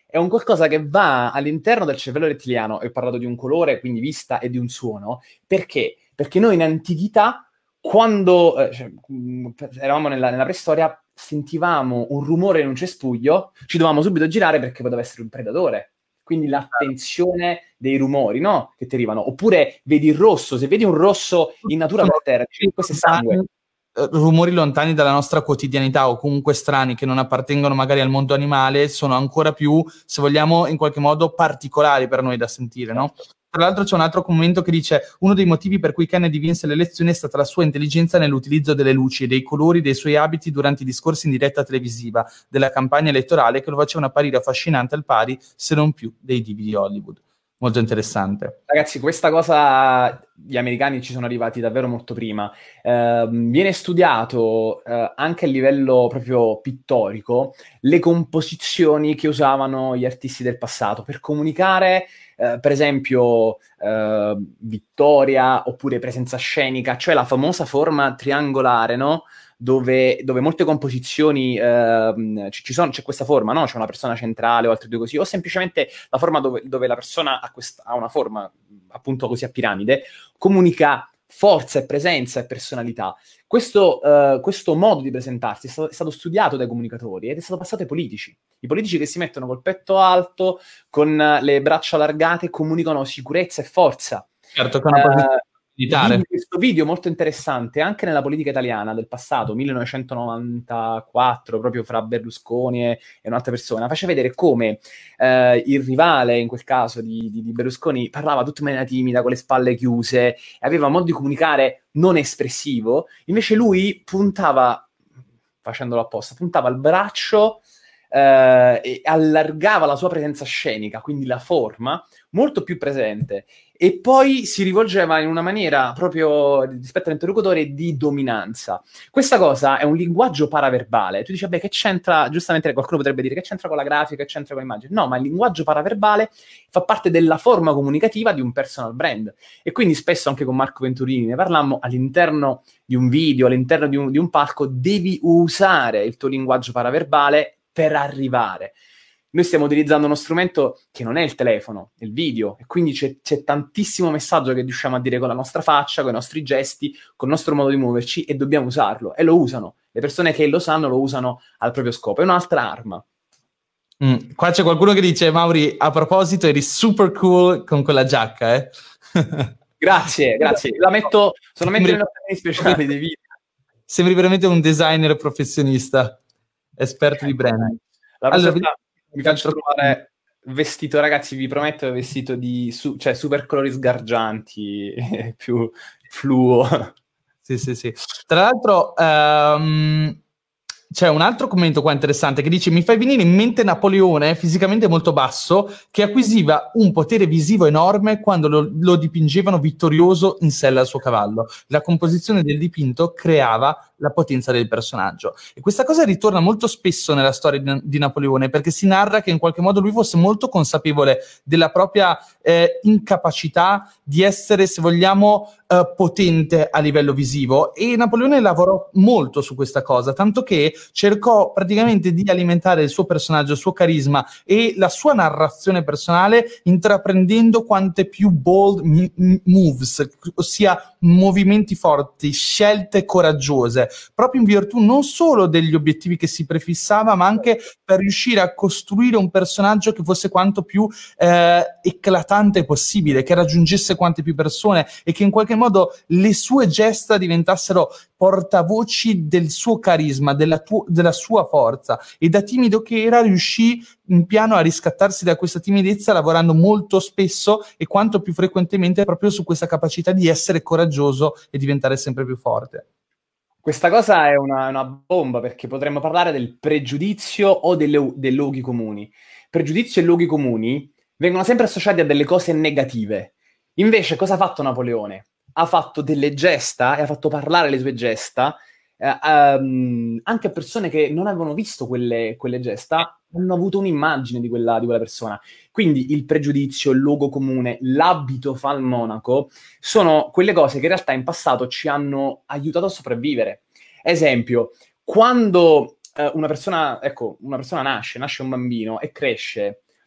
è un qualcosa che va all'interno del cervello rettiliano. E ho parlato di un colore, quindi vista, e di un suono. Perché? Perché noi in antichità, quando eh, cioè, eravamo nella, nella preistoria, sentivamo un rumore in un cespuglio, ci dovevamo subito girare perché poteva essere un predatore. Quindi l'attenzione dei rumori, no? Che ti arrivano. Oppure vedi il rosso, se vedi un rosso in natura per terra, dici, questo è sangue. Rumori lontani dalla nostra quotidianità o comunque strani che non appartengono magari al mondo animale sono ancora più, se vogliamo, in qualche modo particolari per noi da sentire, no? Tra l'altro c'è un altro commento che dice: uno dei motivi per cui Kennedy vinse le elezioni è stata la sua intelligenza nell'utilizzo delle luci e dei colori dei suoi abiti durante i discorsi in diretta televisiva della campagna elettorale, che lo facevano apparire affascinante al pari, se non più, dei divi di Hollywood. Molto interessante. Ragazzi, questa cosa gli americani ci sono arrivati davvero molto prima. Eh, viene studiato eh, anche a livello proprio pittorico le composizioni che usavano gli artisti del passato per comunicare, eh, per esempio, eh, vittoria oppure presenza scenica, cioè la famosa forma triangolare, no? Dove, dove molte composizioni eh, ci, ci sono, c'è questa forma, no? C'è una persona centrale o altre due così, o semplicemente la forma dove, dove la persona ha, questa, ha una forma appunto così a piramide, comunica forza e presenza e personalità. Questo, uh, questo modo di presentarsi è stato, è stato studiato dai comunicatori ed è stato passato ai politici. I politici che si mettono col petto alto, con le braccia allargate, comunicano sicurezza e forza. Certo, che è una posizione uh, Questo video molto interessante anche nella politica italiana del passato, millenovecentonovantaquattro, proprio fra Berlusconi e, e un'altra persona, faceva vedere come eh, il rivale, in quel caso di, di, di Berlusconi, parlava tutta in maniera timida, con le spalle chiuse, e aveva un modo di comunicare non espressivo. Invece lui puntava, facendolo apposta, puntava il braccio eh, e allargava la sua presenza scenica, quindi la forma, molto più presente. E poi si rivolgeva in una maniera proprio rispetto all'interlocutore di dominanza. Questa cosa è un linguaggio paraverbale. Tu dici, vabbè, che c'entra? Giustamente qualcuno potrebbe dire che c'entra con la grafica, che c'entra con l'immagine. No, ma il linguaggio paraverbale fa parte della forma comunicativa di un personal brand. E quindi spesso anche con Marco Venturini ne parlammo, all'interno di un video, all'interno di un, di un palco, devi usare il tuo linguaggio paraverbale per arrivare. Noi stiamo utilizzando uno strumento che non è il telefono, è il video, e quindi c'è, c'è tantissimo messaggio che riusciamo a dire con la nostra faccia, con i nostri gesti, con il nostro modo di muoverci, e dobbiamo usarlo, e lo usano. Le persone che lo sanno lo usano al proprio scopo, è un'altra arma. Mm, qua c'è qualcuno che dice: Mauri, a proposito, eri super cool con quella giacca, eh? Grazie, grazie. La metto solamente nelle occasioni speciali dei video. Sembri veramente un designer professionista, esperto di brand. La allora, mi faccio trovare vestito, ragazzi, vi prometto, vestito di su, cioè super colori sgargianti, più fluo. Sì, sì, sì. Tra l'altro um, c'è un altro commento qua interessante che dice: mi fai venire in mente Napoleone, fisicamente molto basso, che acquisiva un potere visivo enorme quando lo, lo dipingevano vittorioso in sella al suo cavallo. La composizione del dipinto creava la potenza del personaggio. E questa cosa ritorna molto spesso nella storia di, di Napoleone, perché si narra che in qualche modo lui fosse molto consapevole della propria eh, incapacità di essere, se vogliamo, eh, potente a livello visivo, e Napoleone lavorò molto su questa cosa, tanto che cercò praticamente di alimentare il suo personaggio, il suo carisma e la sua narrazione personale intraprendendo quante più bold m- moves, ossia movimenti forti, scelte coraggiose, proprio in virtù non solo degli obiettivi che si prefissava, ma anche per riuscire a costruire un personaggio che fosse quanto più eh, eclatante possibile, che raggiungesse quante più persone e che in qualche modo le sue gesta diventassero portavoci del suo carisma, della, tu- della sua forza. E da timido che era, riuscì in piano a riscattarsi da questa timidezza, lavorando molto spesso e quanto più frequentemente proprio su questa capacità di essere coraggioso e diventare sempre più forte. Questa cosa è una, una bomba, perché potremmo parlare del pregiudizio o delle, dei luoghi comuni. Pregiudizio e luoghi comuni vengono sempre associati a delle cose negative. Invece cosa ha fatto Napoleone? Ha fatto delle gesta e ha fatto parlare le sue gesta eh, um, anche a persone che non avevano visto quelle, quelle gesta, hanno avuto un'immagine di quella, di quella persona. Quindi il pregiudizio, il luogo comune, l'abito fa il monaco, sono quelle cose che in realtà in passato ci hanno aiutato a sopravvivere. Esempio, quando eh, una persona, ecco, una persona nasce, nasce un bambino e cresce,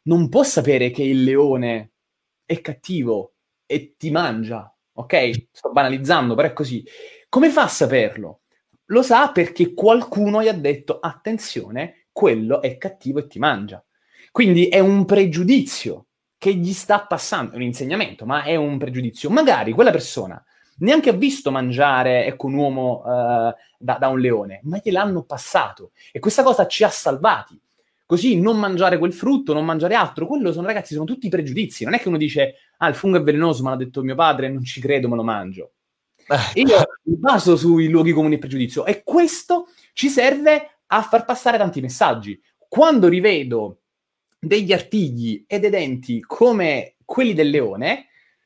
non può sapere che il leone è cattivo e ti mangia, ok? Sto banalizzando, però è così. Come fa a saperlo? Lo sa perché qualcuno gli ha detto, attenzione, quello è cattivo e ti mangia. Quindi è un pregiudizio che gli sta passando, è un insegnamento, ma è un pregiudizio. Magari quella persona neanche ha visto mangiare, ecco, un uomo uh, da, da un leone, ma gliel'hanno passato. E questa cosa ci ha salvati. Così non mangiare quel frutto, non mangiare altro, quello sono, ragazzi, sono tutti pregiudizi. Non è che uno dice, ah, il fungo è velenoso, me l'ha detto mio padre, non ci credo, me lo mangio. E io mi baso sui luoghi comuni e pregiudizio. E questo ci serve a far passare tanti messaggi. Quando rivedo degli artigli e dei denti come quelli del leone,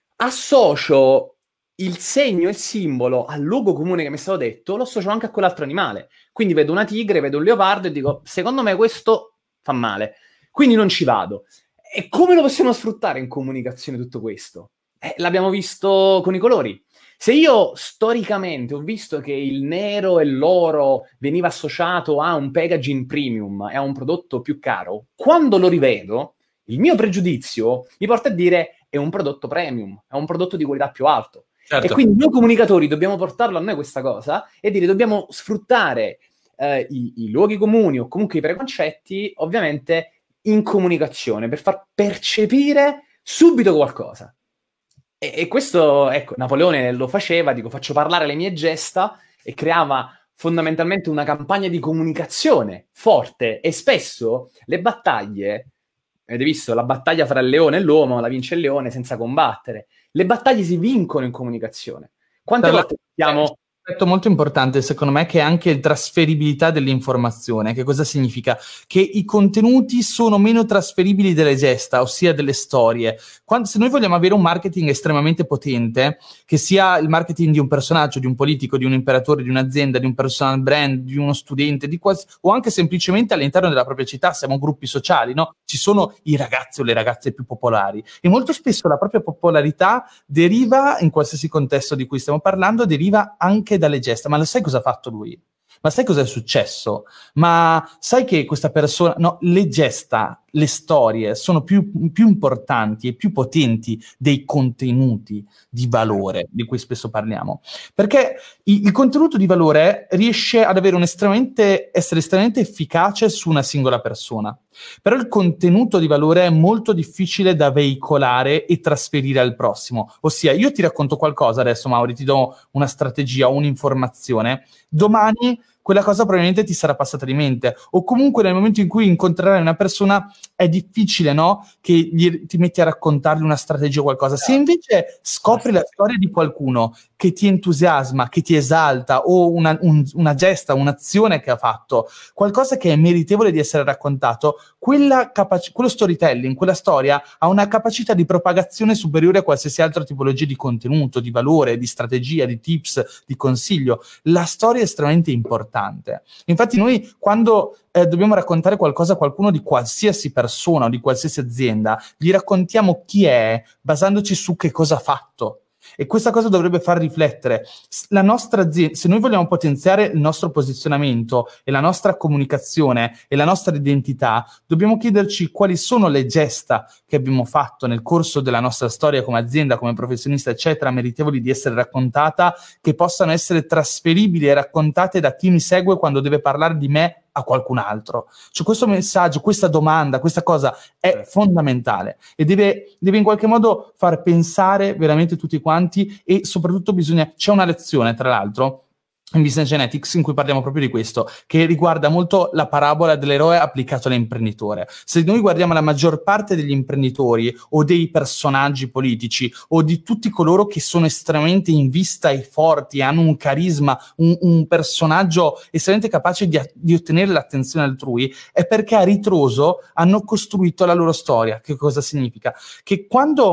associo il segno e il simbolo al luogo comune che mi è stato detto, lo associo anche a quell'altro animale. Quindi vedo una tigre, vedo un leopardo e dico, secondo me questo fa male, quindi non ci vado. E come lo possiamo sfruttare in comunicazione tutto questo? Eh, l'abbiamo visto con i colori. Se io storicamente ho visto che il nero e l'oro veniva associato a un packaging premium e a un prodotto più caro, quando lo rivedo, il mio pregiudizio mi porta a dire è un prodotto premium, è un prodotto di qualità più alto. Certo. E quindi noi comunicatori dobbiamo portarlo a noi questa cosa e dire dobbiamo sfruttare eh, i, i luoghi comuni o comunque i preconcetti, ovviamente, in comunicazione per far percepire subito qualcosa. E, e questo, ecco, Napoleone lo faceva, dico, faccio parlare le mie gesta, e creava fondamentalmente una campagna di comunicazione forte. E spesso le battaglie, avete visto, la battaglia fra il leone e l'uomo la vince il leone senza combattere. Le battaglie si vincono in comunicazione. Quante Tra volte siamo... Un aspetto molto importante, secondo me, che è anche il trasferibilità dell'informazione. Che cosa significa? Che i contenuti sono meno trasferibili delle gesta, ossia delle storie. Quando, se noi vogliamo avere un marketing estremamente potente, che sia il marketing di un personaggio, di un politico, di un imperatore, di un'azienda, di un personal brand, di uno studente, di quals- o anche semplicemente all'interno della propria città, siamo gruppi sociali, no? Ci sono i ragazzi o le ragazze più popolari. E molto spesso la propria popolarità deriva, in qualsiasi contesto di cui stiamo parlando, deriva anche dalle gesta. Ma lo sai cosa ha fatto lui? Ma sai cosa è successo? Ma sai che questa persona... No, le gesta, le storie sono più, più importanti e più potenti dei contenuti di valore di cui spesso parliamo. Perché il, il contenuto di valore riesce ad avere un estremamente, essere estremamente efficace su una singola persona. Però il contenuto di valore è molto difficile da veicolare e trasferire al prossimo. Ossia, io ti racconto qualcosa adesso, Mauri, ti do una strategia, un'informazione. Domani quella cosa probabilmente ti sarà passata di mente, o comunque nel momento in cui incontrerai una persona è difficile, no? Che gli, ti metti a raccontargli una strategia o qualcosa. Se invece scopri la storia di qualcuno che ti entusiasma, che ti esalta, o una, un, una gesta, un'azione che ha fatto, qualcosa che è meritevole di essere raccontato, quella capaci- quello storytelling, quella storia ha una capacità di propagazione superiore a qualsiasi altra tipologia di contenuto, di valore, di strategia, di tips, di consiglio. La storia è estremamente importante. Infatti noi quando eh, dobbiamo raccontare qualcosa a qualcuno di qualsiasi persona o di qualsiasi azienda, gli raccontiamo chi è basandoci su che cosa ha fatto. E questa cosa dovrebbe far riflettere. La nostra azienda, se noi vogliamo potenziare il nostro posizionamento e la nostra comunicazione e la nostra identità, dobbiamo chiederci quali sono le gesta che abbiamo fatto nel corso della nostra storia come azienda, come professionista, eccetera, meritevoli di essere raccontata, che possano essere trasferibili e raccontate da chi mi segue quando deve parlare di me a qualcun altro. Cioè questo messaggio, questa domanda, questa cosa è fondamentale e deve, deve in qualche modo far pensare veramente tutti quanti, e soprattutto bisogna... C'è una lezione, tra l'altro, in Business Genetics in cui parliamo proprio di questo, che riguarda molto la parabola dell'eroe applicato all'imprenditore. Se noi guardiamo la maggior parte degli imprenditori o dei personaggi politici o di tutti coloro che sono estremamente in vista e forti, hanno un carisma, un, un personaggio estremamente capace di, di ottenere l'attenzione altrui, è perché a ritroso hanno costruito la loro storia. Che cosa significa? Che quando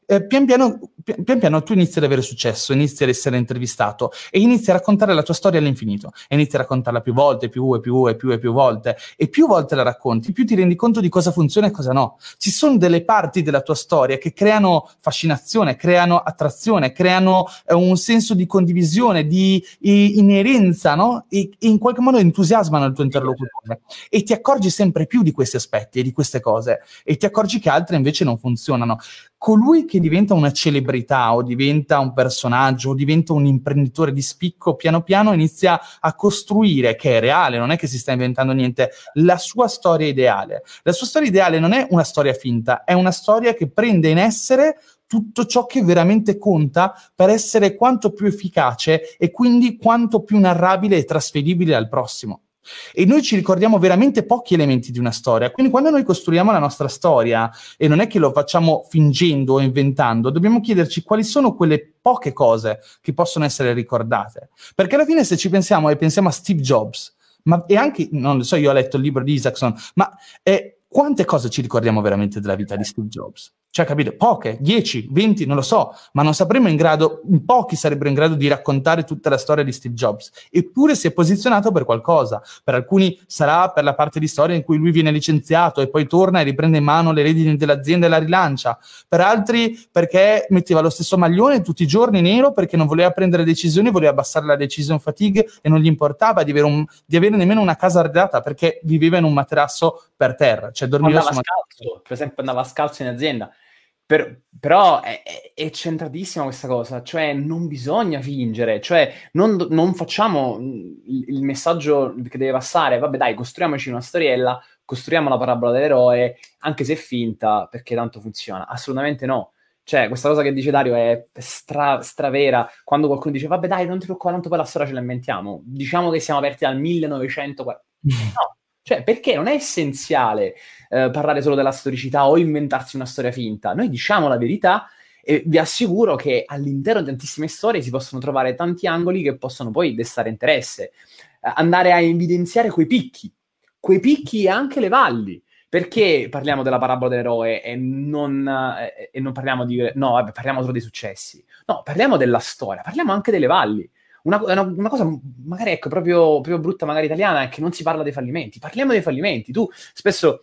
eh, pian, piano, pian, pian piano tu inizi ad avere successo, inizi ad essere intervistato e inizi a raccontare la tua storia all'infinito, e inizi a raccontarla più volte, più e più e più e più volte, e più volte la racconti, più ti rendi conto di cosa funziona e cosa no. Ci sono delle parti della tua storia che creano fascinazione, creano attrazione, creano eh, un senso di condivisione, di i, inerenza, no? E, e in qualche modo entusiasmano il tuo interlocutore, e ti accorgi sempre più di questi aspetti e di queste cose, e ti accorgi che altre invece non funzionano. Colui che diventa una celebrità o diventa un personaggio o diventa un imprenditore di spicco, piano piano inizia a costruire, che è reale, non è che si sta inventando niente, la sua storia ideale. La sua storia ideale non è una storia finta, è una storia che prende in essere tutto ciò che veramente conta per essere quanto più efficace e quindi quanto più narrabile e trasferibile al prossimo. E noi ci ricordiamo veramente pochi elementi di una storia, quindi quando noi costruiamo la nostra storia, e non è che lo facciamo fingendo o inventando, dobbiamo chiederci quali sono quelle poche cose che possono essere ricordate, perché alla fine se ci pensiamo e pensiamo a Steve Jobs, ma e anche, non lo so, io ho letto il libro di Isaacson, ma eh, quante cose ci ricordiamo veramente della vita di Steve Jobs? Cioè, capite? Poche, dieci, venti, non lo so, ma non sapremmo in grado, in pochi sarebbero in grado di raccontare tutta la storia di Steve Jobs. Eppure si è posizionato per qualcosa. Per alcuni sarà per la parte di storia in cui lui viene licenziato e poi torna e riprende in mano le redini dell'azienda e la rilancia. Per altri perché metteva lo stesso maglione tutti i giorni nero perché non voleva prendere decisioni, voleva abbassare la decision fatigue e non gli importava di avere, un, di avere nemmeno una casa arredata perché viveva in un materasso per terra. Cioè dormiva andava su scalzo, per esempio andava scalzo in azienda. Per, però è, è, è centratissima questa cosa, cioè non bisogna fingere, cioè non, non facciamo il, il messaggio che deve passare, vabbè dai, costruiamoci una storiella, costruiamo la parabola dell'eroe, anche se è finta, perché tanto funziona. Assolutamente no. Cioè, questa cosa che dice Dario è stra, stravera. Quando qualcuno dice, vabbè dai, non ti preoccupare, tanto poi la storia ce la inventiamo. Diciamo che siamo aperti dal millenovecentoquaranta. No. Cioè, perché non è essenziale eh, parlare solo della storicità o inventarsi una storia finta. Noi diciamo la verità e vi assicuro che all'interno di tantissime storie si possono trovare tanti angoli che possono poi destare interesse. Eh, andare a evidenziare quei picchi, quei picchi e anche le valli. Perché parliamo della parabola dell'eroe e non, eh, e non parliamo di... No, vabbè, parliamo solo dei successi. No, parliamo della storia, parliamo anche delle valli. Una, una, una cosa magari ecco proprio, proprio brutta magari italiana è che non si parla dei fallimenti. Parliamo dei fallimenti. Tu spesso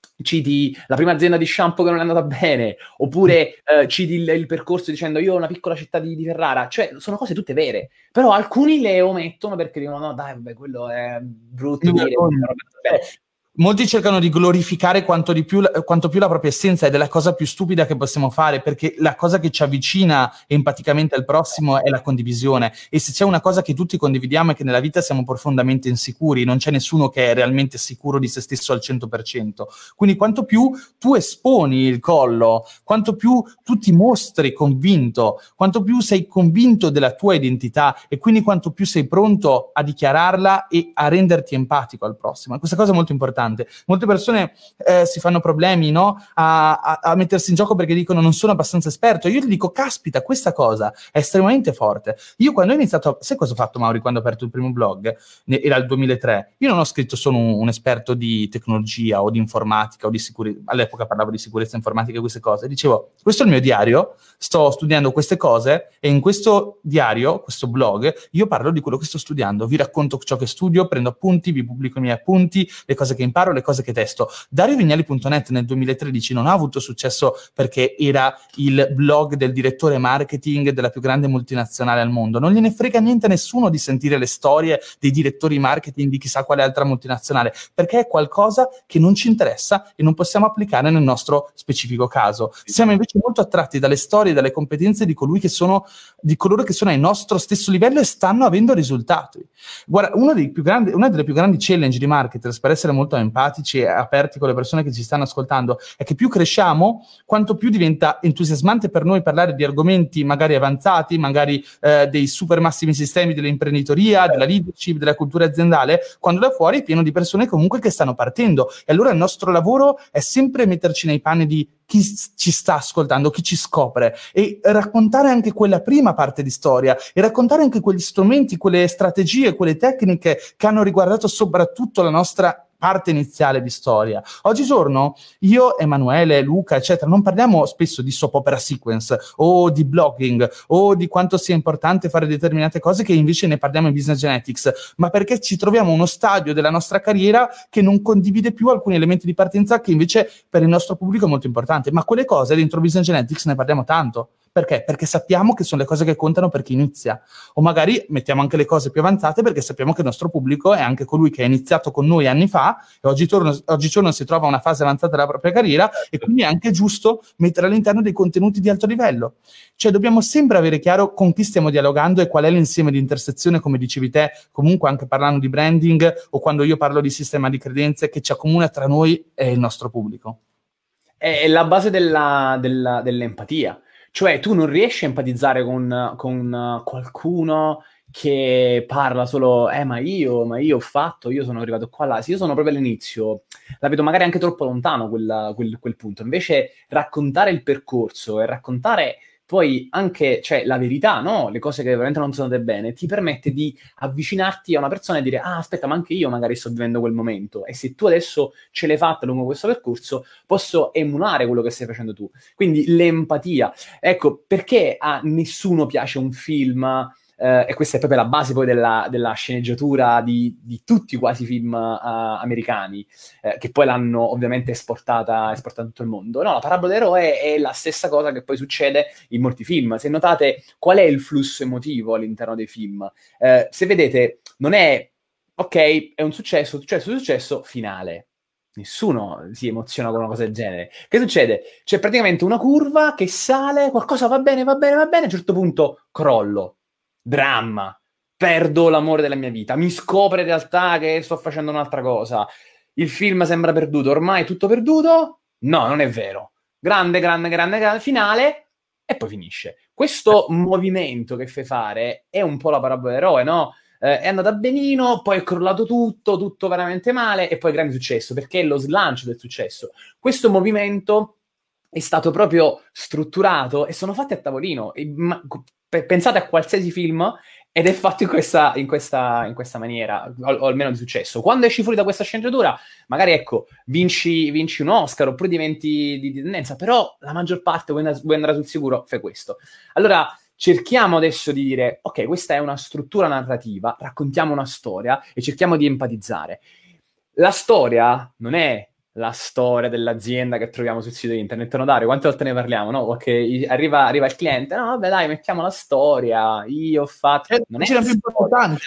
citi la prima azienda di shampoo che non è andata bene, oppure eh, citi il, il percorso dicendo io ho una piccola città di, di Ferrara. Cioè sono cose tutte vere, però alcuni le omettono perché dicono no dai vabbè quello è brutto dire, molti cercano di glorificare quanto, di più, quanto più la propria essenza, ed è la cosa più stupida che possiamo fare, perché la cosa che ci avvicina empaticamente al prossimo è la condivisione, e se c'è una cosa che tutti condividiamo è che nella vita siamo profondamente insicuri, non c'è nessuno che è realmente sicuro di se stesso al cento per cento, quindi quanto più tu esponi il collo, quanto più tu ti mostri convinto, quanto più sei convinto della tua identità e quindi quanto più sei pronto a dichiararla e a renderti empatico al prossimo. E questa cosa è molto importante. Molte persone eh, si fanno problemi, no? a, a, a mettersi in gioco perché dicono non sono abbastanza esperto. Io gli dico caspita, questa cosa è estremamente forte. Io quando ho iniziato, sai cosa ho fatto Mauri quando ho aperto il primo blog? Era il duemilatré. Io non ho scritto solo un, un esperto di tecnologia o di informatica o di sicurezza, all'epoca parlavo di sicurezza informatica e queste cose, dicevo questo è il mio diario, sto studiando queste cose e in questo diario, questo blog, io parlo di quello che sto studiando, vi racconto ciò che studio, prendo appunti, vi pubblico i miei appunti, le cose che imparo, le cose che testo. Dario Vignali punto net nel duemilatredici non ha avuto successo perché era il blog del direttore marketing della più grande multinazionale al mondo. Non gliene frega niente a nessuno di sentire le storie dei direttori marketing di chissà quale altra multinazionale, perché è qualcosa che non ci interessa e non possiamo applicare nel nostro specifico caso. Siamo invece molto attratti dalle storie, dalle competenze di colui che sono, di coloro che sono al nostro stesso livello e stanno avendo risultati. Guarda, uno dei più grandi, una delle più grandi challenge di marketers per essere molto empatici e aperti con le persone che ci stanno ascoltando è che più cresciamo, quanto più diventa entusiasmante per noi parlare di argomenti magari avanzati, magari eh, dei super massimi sistemi dell'imprenditoria, della leadership, della cultura aziendale, quando da fuori è pieno di persone comunque che stanno partendo. E allora il nostro lavoro è sempre metterci nei panni di chi ci sta ascoltando, chi ci scopre, e raccontare anche quella prima parte di storia e raccontare anche quegli strumenti, quelle strategie, quelle tecniche che hanno riguardato soprattutto la nostra parte iniziale di storia. Oggigiorno io, Emanuele, Luca, eccetera, non parliamo spesso di soap opera sequence o di blogging o di quanto sia importante fare determinate cose, che invece ne parliamo in Business Genetics, ma perché ci troviamo a uno stadio della nostra carriera che non condivide più alcuni elementi di partenza che invece per il nostro pubblico è molto importante. Ma quelle cose dentro Business Genetics ne parliamo tanto. Perché? Perché sappiamo che sono le cose che contano per chi inizia, o magari mettiamo anche le cose più avanzate perché sappiamo che il nostro pubblico è anche colui che ha iniziato con noi anni fa e oggigiorno, oggigiorno si trova a una fase avanzata della propria carriera, e quindi è anche giusto mettere all'interno dei contenuti di alto livello. Cioè dobbiamo sempre avere chiaro con chi stiamo dialogando e qual è l'insieme di intersezione, come dicevi te, comunque anche parlando di branding o quando io parlo di sistema di credenze, che ci accomuna tra noi e il nostro pubblico. È la base della, della, dell'empatia. Cioè, tu non riesci a empatizzare con, con qualcuno che parla solo, eh, ma io, ma io ho fatto, io sono arrivato qua, là. Se io sono proprio all'inizio, la vedo magari anche troppo lontano quella, quel, quel punto. Invece raccontare il percorso e raccontare poi anche, cioè, la verità, no? Le cose che veramente non sono andate bene, ti permette di avvicinarti a una persona e dire, ah, aspetta, ma anche io magari sto vivendo quel momento, e se tu adesso ce l'hai fatta lungo questo percorso, posso emulare quello che stai facendo tu. Quindi l'empatia. Ecco, perché a nessuno piace un film, eh, e questa è proprio la base poi della, della sceneggiatura di, di tutti quasi i film uh, americani, eh, che poi l'hanno ovviamente esportata, esportata in tutto il mondo. No, la parabola dell'eroe è la stessa cosa che poi succede in molti film. Se notate qual è il flusso emotivo all'interno dei film, eh, se vedete, non è, ok, è un successo, successo, successo, finale. Nessuno si emoziona con una cosa del genere. Che succede? C'è praticamente una curva che sale, qualcosa va bene, va bene, va bene, a un certo punto crollo. Dramma, perdo l'amore della mia vita, mi scopro in realtà che sto facendo un'altra cosa, il film sembra perduto, ormai è tutto perduto? No, non è vero. Grande, grande, grande, grande finale, e poi finisce. Questo movimento che fai fare è un po' la parabola dell'eroe, no? Eh, è andata benino, poi è crollato tutto, tutto veramente male, e poi grande successo, perché è lo slancio del successo. Questo movimento è stato proprio strutturato e sono fatti a tavolino. E, ma, pensate a qualsiasi film ed è fatto in questa, in questa, in questa maniera, o, o almeno di successo. Quando esci fuori da questa sceneggiatura, magari ecco, vinci, vinci un Oscar oppure diventi di, di tendenza, però la maggior parte, vuoi andare, vuoi andare sul sicuro, fai questo. Allora cerchiamo adesso di dire, ok, questa è una struttura narrativa, raccontiamo una storia e cerchiamo di empatizzare. La storia non è la storia dell'azienda che troviamo sul sito internet. No, Dario, quante volte ne parliamo, no? Ok, arriva, arriva il cliente, no, vabbè, dai, mettiamo la storia, io ho fatto... È non è la più importante,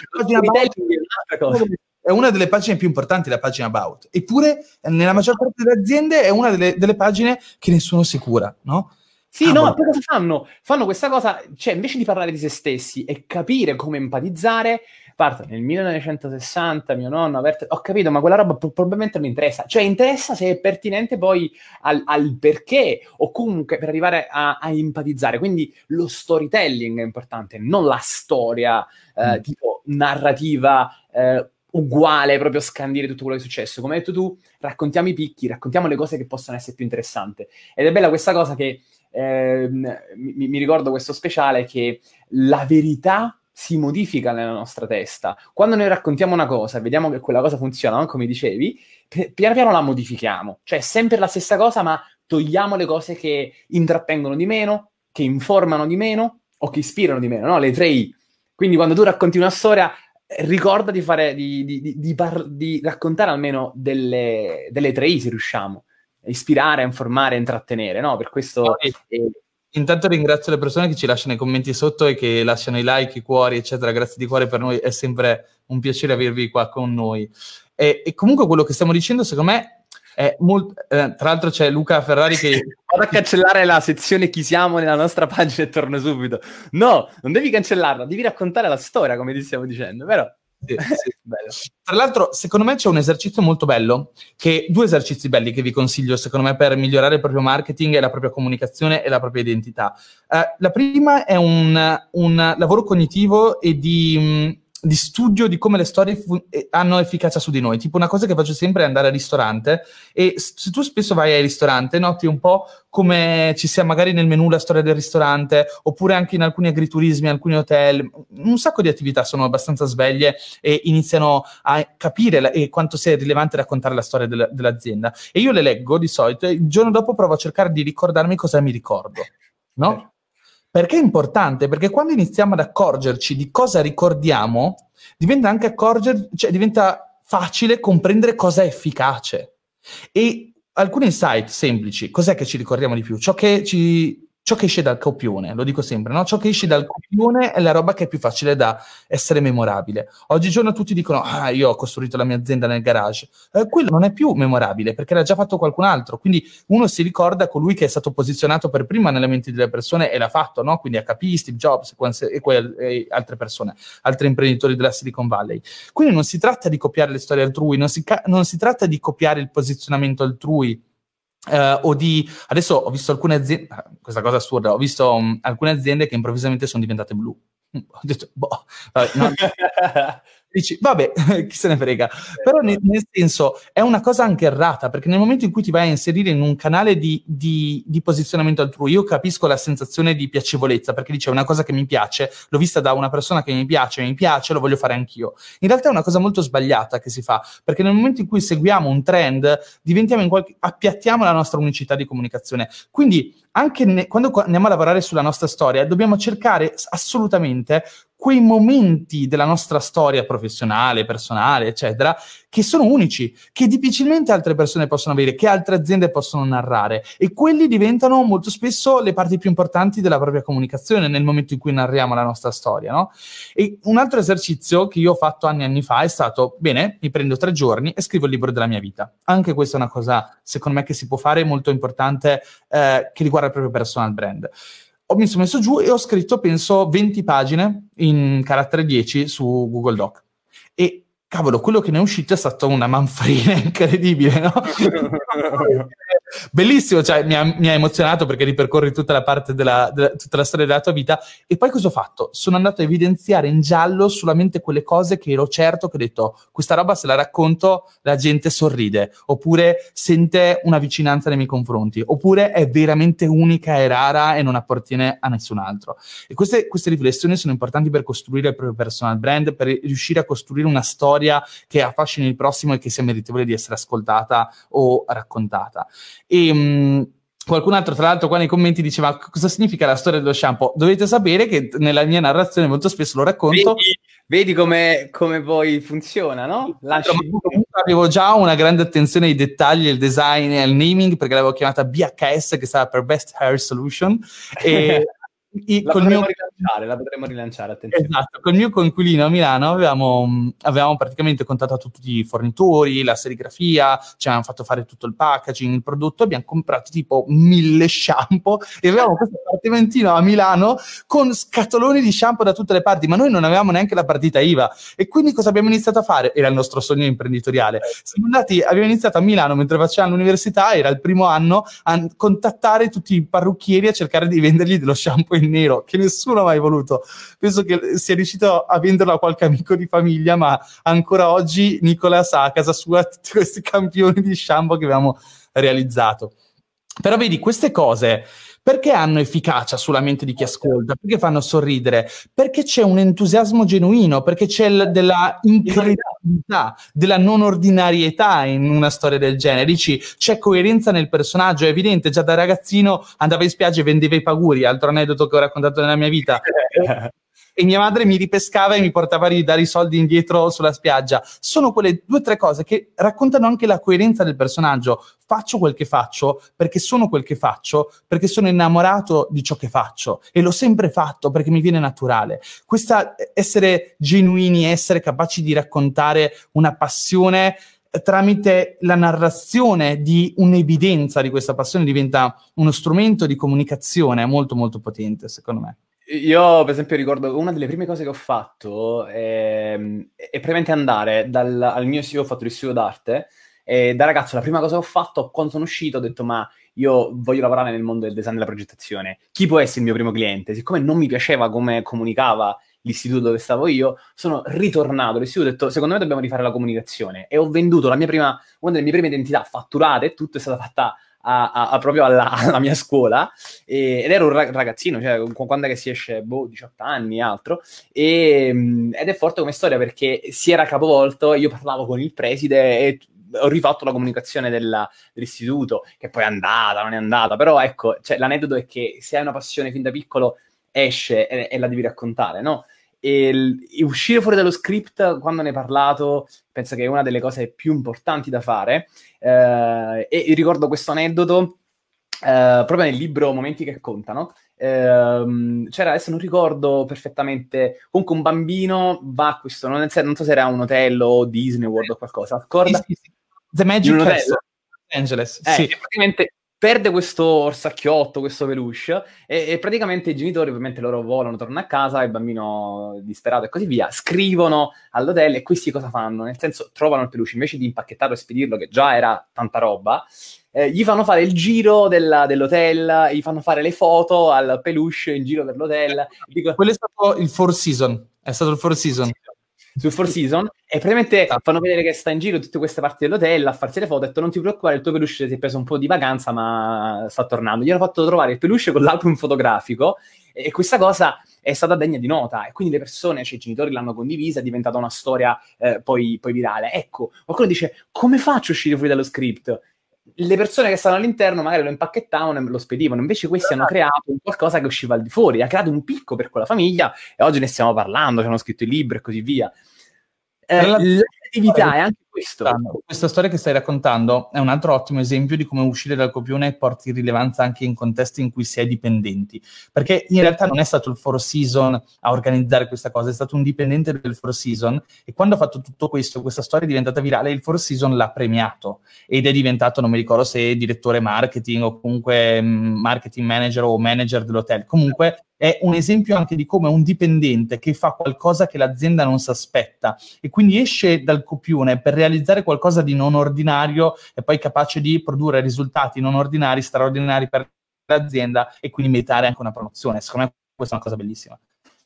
è una delle pagine più importanti, la pagina About. Eppure, nella maggior parte delle aziende, è una delle, delle pagine che nessuno si cura, no? Sì, ah, no, poi cosa fanno? Fanno questa cosa, cioè, invece di parlare di se stessi e capire come empatizzare, partono nel millenovecentosessanta, mio nonno, averte... ho capito, ma quella roba probabilmente non interessa. Cioè, interessa se è pertinente poi al, al perché, o comunque per arrivare a, a empatizzare. Quindi lo storytelling è importante, non la storia, eh, mm. tipo narrativa, eh, uguale, proprio scandire tutto quello che è successo. Come hai detto tu, raccontiamo i picchi, raccontiamo le cose che possono essere più interessanti. Ed è bella questa cosa che... Eh, mi, mi ricordo questo speciale che la verità si modifica nella nostra testa. Quando noi raccontiamo una cosa e vediamo che quella cosa funziona, no? Come dicevi, p- piano piano la modifichiamo. Cioè, è sempre la stessa cosa, ma togliamo le cose che intrattengono di meno, che informano di meno o che ispirano di meno, no? Le tre I. Quindi quando tu racconti una storia, ricorda di fare di, di, di, di, par- di raccontare almeno delle, delle tre I, se riusciamo. Ispirare, informare, intrattenere, no? Per questo... Eh, intanto ringrazio le persone che ci lasciano i commenti sotto e che lasciano i like, i cuori, eccetera. Grazie di cuore, per noi è sempre un piacere avervi qua con noi. E, e comunque quello che stiamo dicendo, secondo me, è molto... Eh, tra l'altro c'è Luca Ferrari che... Vado a cancellare la sezione chi siamo nella nostra pagina e torno subito. No, non devi cancellarla, devi raccontare la storia, come ti stiamo dicendo, vero? Sì, sì, bello. Tra l'altro, secondo me c'è un esercizio molto bello, che due esercizi belli che vi consiglio, secondo me, per migliorare il proprio marketing e la propria comunicazione e la propria identità. Uh, la prima è un, un lavoro cognitivo e di, di studio di come le storie fu- hanno efficacia su di noi. Tipo una cosa che faccio sempre è andare al ristorante, e se tu spesso vai al ristorante noti un po' come ci sia magari nel menù la storia del ristorante, oppure anche in alcuni agriturismi, alcuni hotel, un sacco di attività sono abbastanza sveglie e iniziano a capire la- e quanto sia rilevante raccontare la storia del- dell'azienda. E io le leggo di solito e il giorno dopo provo a cercare di ricordarmi cosa mi ricordo, no? Perché è importante? Perché quando iniziamo ad accorgerci di cosa ricordiamo, diventa anche accorger, cioè diventa facile comprendere cosa è efficace. E alcuni insight semplici, cos'è che ci ricordiamo di più? Ciò che ci... Ciò che esce dal copione, lo dico sempre, no? Ciò che esce dal copione è la roba che è più facile da essere memorabile. Oggigiorno tutti dicono, ah, io ho costruito la mia azienda nel garage. Eh, quello non è più memorabile, perché l'ha già fatto qualcun altro. Quindi uno si ricorda colui che è stato posizionato per prima nelle menti delle persone e l'ha fatto, no? Quindi H P, Steve Jobs e, que- e altre persone, altri imprenditori della Silicon Valley. Quindi non si tratta di copiare le storie altrui, non si, ca- non si tratta di copiare il posizionamento altrui, Uh, o di adesso ho visto alcune aziende, questa cosa assurda, ho visto um, alcune aziende che improvvisamente sono diventate blu. Ho detto, boh, vabbè, no. Dici, vabbè, chi se ne frega. Però nel, nel senso, è una cosa anche errata, perché nel momento in cui ti vai a inserire in un canale di, di, di posizionamento altrui, io capisco la sensazione di piacevolezza, perché dice, è una cosa che mi piace, l'ho vista da una persona che mi piace, mi piace, lo voglio fare anch'io. In realtà è una cosa molto sbagliata che si fa, perché nel momento in cui seguiamo un trend, diventiamo in qualche, appiattiamo la nostra unicità di comunicazione. Quindi, anche ne, quando andiamo a lavorare sulla nostra storia, dobbiamo cercare assolutamente quei momenti della nostra storia professionale, personale, eccetera, che sono unici, che difficilmente altre persone possono avere, che altre aziende possono narrare, e quelli diventano molto spesso le parti più importanti della propria comunicazione nel momento in cui narriamo la nostra storia, no? E un altro esercizio che io ho fatto anni e anni fa è stato, bene, mi prendo tre giorni e scrivo il libro della mia vita. Anche questa è una cosa, secondo me, che si può fare, molto importante, eh, che riguarda il proprio personal brand. Ho mi sono messo giù e ho scritto, penso, venti pagine in carattere dieci su Google Doc. E, cavolo, quello che ne è uscito è stata una manfrina incredibile, no? Bellissimo, cioè mi ha, mi ha emozionato perché ripercorri tutta la parte della, della tutta la storia della tua vita. E poi cosa ho fatto? Sono andato a evidenziare in giallo solamente quelle cose che ero certo che ho detto, questa roba se la racconto la gente sorride, oppure sente una vicinanza nei miei confronti, oppure è veramente unica e rara e non appartiene a nessun altro. E queste, queste riflessioni sono importanti per costruire il proprio personal brand, per riuscire a costruire una storia che affascini il prossimo e che sia meritevole di essere ascoltata o raccontata. E mh, qualcun altro, tra l'altro, qua nei commenti diceva cosa significa la storia dello shampoo. Dovete sapere che nella mia narrazione molto spesso lo racconto. Vedi, vedi come, come poi funziona, no? Lasci... Avevo già una grande attenzione ai dettagli, al design e al naming, perché l'avevo chiamata B H S, che stava per Best Hair Solution. E I, la, potremmo mio... rilanciare, la potremmo rilanciare, attenzione. Esatto, col mio coinquilino a Milano avevamo, avevamo praticamente contattato tutti i fornitori, la serigrafia, ci avevamo fatto fare tutto il packaging, il prodotto, abbiamo comprato tipo mille shampoo e avevamo questo appartamentino a Milano con scatoloni di shampoo da tutte le parti, ma noi non avevamo neanche la partita I V A. E quindi cosa abbiamo iniziato a fare? Era il nostro sogno imprenditoriale. Siamo andati, abbiamo iniziato a Milano mentre facevamo l'università, era il primo anno, a contattare tutti i parrucchieri a cercare di vendergli dello shampoo in nero, che nessuno ha mai voluto. Penso che sia riuscito a venderlo a qualche amico di famiglia, ma ancora oggi Nicolas ha a casa sua tutti questi campioni di shampoo che abbiamo realizzato. Però vedi, queste cose perché hanno efficacia sulla mente di chi ascolta? Perché fanno sorridere? Perché c'è un entusiasmo genuino, perché c'è l- della incredibilità, della non ordinarietà in una storia del genere. Dici, c'è coerenza nel personaggio, è evidente, già da ragazzino andava in spiaggia e vendeva i paguri, altro aneddoto che ho raccontato nella mia vita. E mia madre mi ripescava e mi portava a ridare i soldi indietro sulla spiaggia. Sono quelle due o tre cose che raccontano anche la coerenza del personaggio. Faccio quel che faccio perché sono quel che faccio, perché sono innamorato di ciò che faccio e l'ho sempre fatto perché mi viene naturale. Questa essere genuini, essere capaci di raccontare una passione tramite la narrazione di un'evidenza di questa passione diventa uno strumento di comunicazione molto molto potente, secondo me. Io, per esempio, ricordo una delle prime cose che ho fatto è, è praticamente andare dal, al mio studio, ho fatto l'istituto d'arte, E da ragazzo la prima cosa che ho fatto, quando sono uscito, ho detto ma io voglio lavorare nel mondo del design e della progettazione. Chi può essere il mio primo cliente? Siccome non mi piaceva come comunicava l'istituto dove stavo io, sono ritornato all'istituto e ho detto secondo me dobbiamo rifare la comunicazione. E ho venduto la mia prima, una delle mie prime identità fatturate, tutto è stata fatta a, a, a proprio alla, alla mia scuola, e, ed ero un ragazzino, cioè quando è che si esce, boh, diciotto anni, altro, e, ed è forte come storia perché si era capovolto, io parlavo con il preside e ho rifatto la comunicazione della, dell'istituto, che poi è andata, non è andata, però ecco, cioè, l'aneddoto è che se hai una passione fin da piccolo esce e, e la devi raccontare, no? E, il, e uscire fuori dallo script, quando ne hai parlato, penso che è una delle cose più importanti da fare, eh, e ricordo questo aneddoto eh, proprio nel libro Momenti che contano. Eh, c'era, adesso non ricordo perfettamente, comunque un bambino va a questo, non, non so se era un hotel o Disney World o qualcosa, accorda? Sì, sì, sì. The Magic Castle, Los Angeles, eh, sì. E praticamente perde questo orsacchiotto, questo peluche, e, e praticamente i genitori, ovviamente loro volano, tornano a casa, il bambino disperato e così via, scrivono all'hotel e questi cosa fanno? Nel senso, trovano il peluche, invece di impacchettarlo e spedirlo, che già era tanta roba, eh, gli fanno fare il giro della, dell'hotel, gli fanno fare le foto al peluche in giro per l'hotel. Dico, quello è stato il Four Seasons, è stato il Four Seasons. Sul Four Seasons, e praticamente fanno vedere che sta in giro tutte queste parti dell'hotel a farsi le foto, e detto non ti preoccupare, il tuo peluche si è preso un po' di vacanza ma sta tornando. Gli hanno fatto trovare il peluche con l'album fotografico, e questa cosa è stata degna di nota, e quindi le persone, cioè i genitori l'hanno condivisa, è diventata una storia eh, poi, poi virale. Ecco, qualcuno dice come faccio a uscire fuori dallo script? Le persone che stanno all'interno magari lo impacchettavano e lo spedivano, invece questi hanno creato un qualcosa che usciva al di fuori, ha creato un picco per quella famiglia, e oggi ne stiamo parlando, ci hanno scritto i libri e così via. Eh, la creatività è anche questo. Questa storia che stai raccontando è un altro ottimo esempio di come uscire dal copione porti rilevanza anche in contesti in cui si è dipendenti, perché in realtà non è stato il Four Seasons a organizzare questa cosa, è stato un dipendente del Four Seasons, e quando ha fatto tutto questo, questa storia è diventata virale, il Four Seasons l'ha premiato ed è diventato, non mi ricordo se è direttore marketing o comunque mh, marketing manager o manager dell'hotel, comunque è un esempio anche di come un dipendente che fa qualcosa che l'azienda non si aspetta e quindi esce dal copione per realizzare qualcosa di non ordinario e poi capace di produrre risultati non ordinari, straordinari per l'azienda, e quindi meritare anche una promozione. Secondo me questa è una cosa bellissima.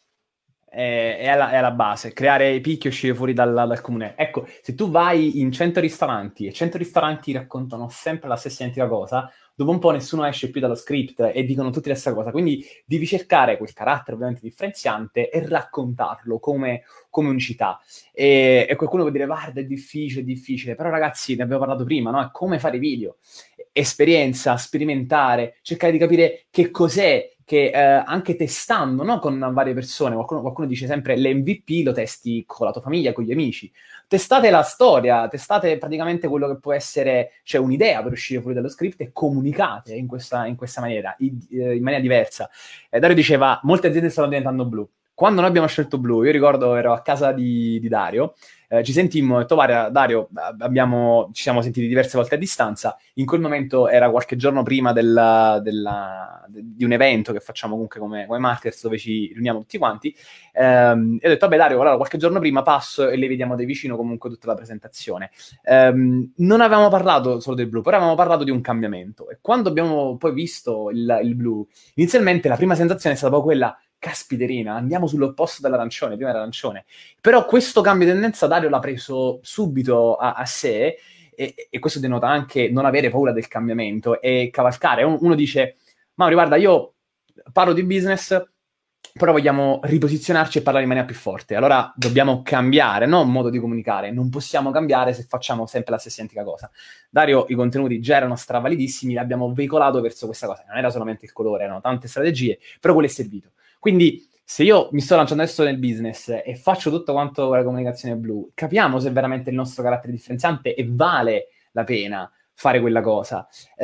È, è, alla, è alla base, creare i picchi e uscire fuori dal, dal comune. Ecco, se tu vai in cento ristoranti e cento ristoranti raccontano sempre la stessa identica cosa, dopo un po' nessuno esce più dallo script e dicono tutti la stessa cosa, quindi devi cercare quel carattere ovviamente differenziante e raccontarlo come, come unicità. E, e qualcuno può dire guarda è difficile, è difficile, però ragazzi ne abbiamo parlato prima, no? È come fare video, esperienza, sperimentare, cercare di capire che cos'è, che eh, anche testando, no? Con varie persone, qualcuno, qualcuno dice sempre l'M V P lo testi con la tua famiglia, con gli amici, testate la storia, testate praticamente quello che può essere, cioè un'idea per uscire fuori dallo script, e comunicate in questa, in questa maniera, in, in maniera diversa. Eh, Dario diceva, molte aziende stanno diventando blu. Quando noi abbiamo scelto blu, io ricordo ero a casa di, di Dario, eh, ci sentimmo, ho detto, guarda Dario, abbiamo, ci siamo sentiti diverse volte a distanza, in quel momento era qualche giorno prima della, della, de, di un evento che facciamo comunque come, come Marketers, dove ci riuniamo tutti quanti, ehm, e ho detto, vabbè Dario, allora qualche giorno prima passo e le vediamo da vicino comunque tutta la presentazione. Ehm, non avevamo parlato solo del blu, però avevamo parlato di un cambiamento, e quando abbiamo poi visto il, il blu, inizialmente la prima sensazione è stata proprio quella, caspiterina, andiamo sull'opposto dell'arancione, prima era arancione. Però questo cambio di tendenza Dario l'ha preso subito a, a sé, e, e questo denota anche non avere paura del cambiamento e cavalcare. Uno dice, Mauri, guarda, io parlo di business, però vogliamo riposizionarci e parlare in maniera più forte. Allora dobbiamo cambiare, no? Un modo di comunicare. Non possiamo cambiare se facciamo sempre la stessa identica cosa. Dario, i contenuti già erano stravalidissimi, li abbiamo veicolato verso questa cosa. Non era solamente il colore, erano tante strategie, però quello è servito. Quindi se io mi sto lanciando adesso nel business e faccio tutto quanto la comunicazione blu, capiamo se veramente il nostro carattere differenziante e vale la pena fare quella cosa.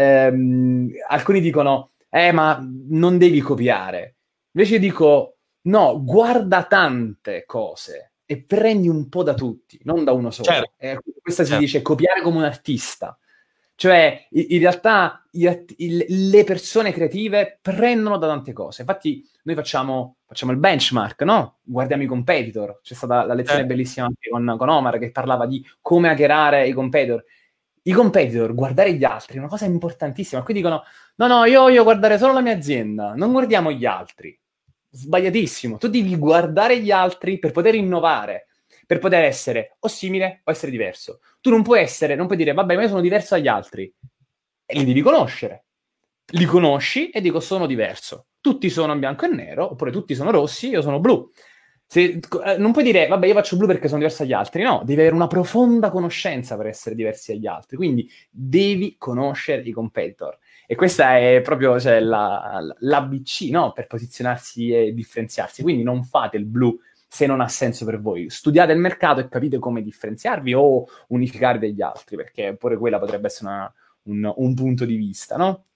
Ehm, alcuni dicono, eh ma non devi copiare. Invece io dico, no, guarda tante cose e prendi un po' da tutti, non da uno solo. Certo. Eh, questa si certo. dice copiare come un artista. Cioè, in realtà le persone creative prendono da tante cose. Infatti noi facciamo, facciamo il benchmark, no? Guardiamo i competitor. C'è stata la lezione eh. bellissima anche con, con Omar, che parlava di come hackerare i competitor. i competitor, guardare gli altri è una cosa importantissima. Qui dicono, no, no, io voglio guardare solo la mia azienda, non guardiamo gli altri. Sbagliatissimo. Tu devi guardare gli altri per poter innovare, per poter essere o simile o essere diverso. Tu non puoi essere, non puoi dire, vabbè, ma io sono diverso dagli altri. E li devi conoscere. Li conosci e dico, sono diverso. Tutti sono bianco e nero, oppure tutti sono rossi, io sono blu. Se, eh, non puoi dire, vabbè, io faccio blu perché sono diverso dagli altri. No, devi avere una profonda conoscenza per essere diversi dagli altri. Quindi devi conoscere i competitor. E questa è proprio cioè, la, l'A B C, no? Per posizionarsi e differenziarsi. Quindi non fate il blu se non ha senso per voi. Studiate il mercato e capite come differenziarvi o unificare degli altri, perché pure quella potrebbe essere una, un, un punto di vista, no?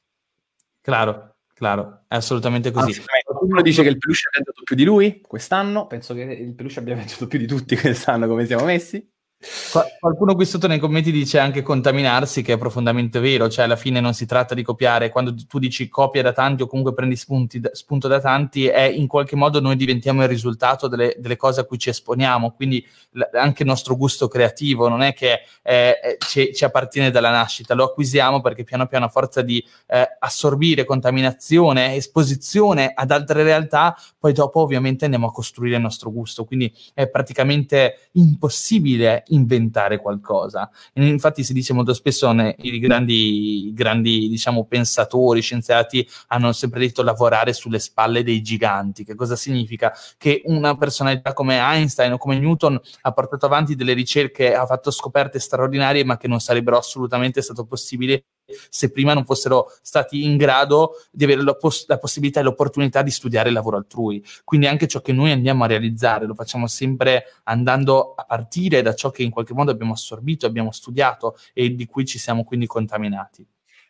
Claro. Claro, è assolutamente così. Qualcuno dice che il peluche ha viaggiato più di lui quest'anno, penso che il peluche abbia viaggiato più di tutti quest'anno, come siamo messi. Qualcuno qui sotto nei commenti dice anche contaminarsi, che è profondamente vero, cioè alla fine non si tratta di copiare, quando tu dici copia da tanti o comunque prendi spunti, spunto da tanti, è in qualche modo noi diventiamo il risultato delle, delle cose a cui ci esponiamo, quindi l- anche il nostro gusto creativo non è che eh, ci, ci appartiene dalla nascita, lo acquisiamo perché piano piano a forza di eh, assorbire contaminazione, esposizione ad altre realtà, poi dopo ovviamente andiamo a costruire il nostro gusto, quindi è praticamente impossibile inventare qualcosa. E infatti si dice molto spesso ne, i grandi, i grandi diciamo pensatori, scienziati hanno sempre detto lavorare sulle spalle dei giganti. Che cosa significa? Che una personalità come Einstein o come Newton ha portato avanti delle ricerche, ha fatto scoperte straordinarie, ma che non sarebbero assolutamente stato possibili se prima non fossero stati in grado di avere la, poss- la possibilità e l'opportunità di studiare il lavoro altrui. Quindi anche ciò che noi andiamo a realizzare lo facciamo sempre andando a partire da ciò che in qualche modo abbiamo assorbito, abbiamo studiato e di cui ci siamo quindi contaminati.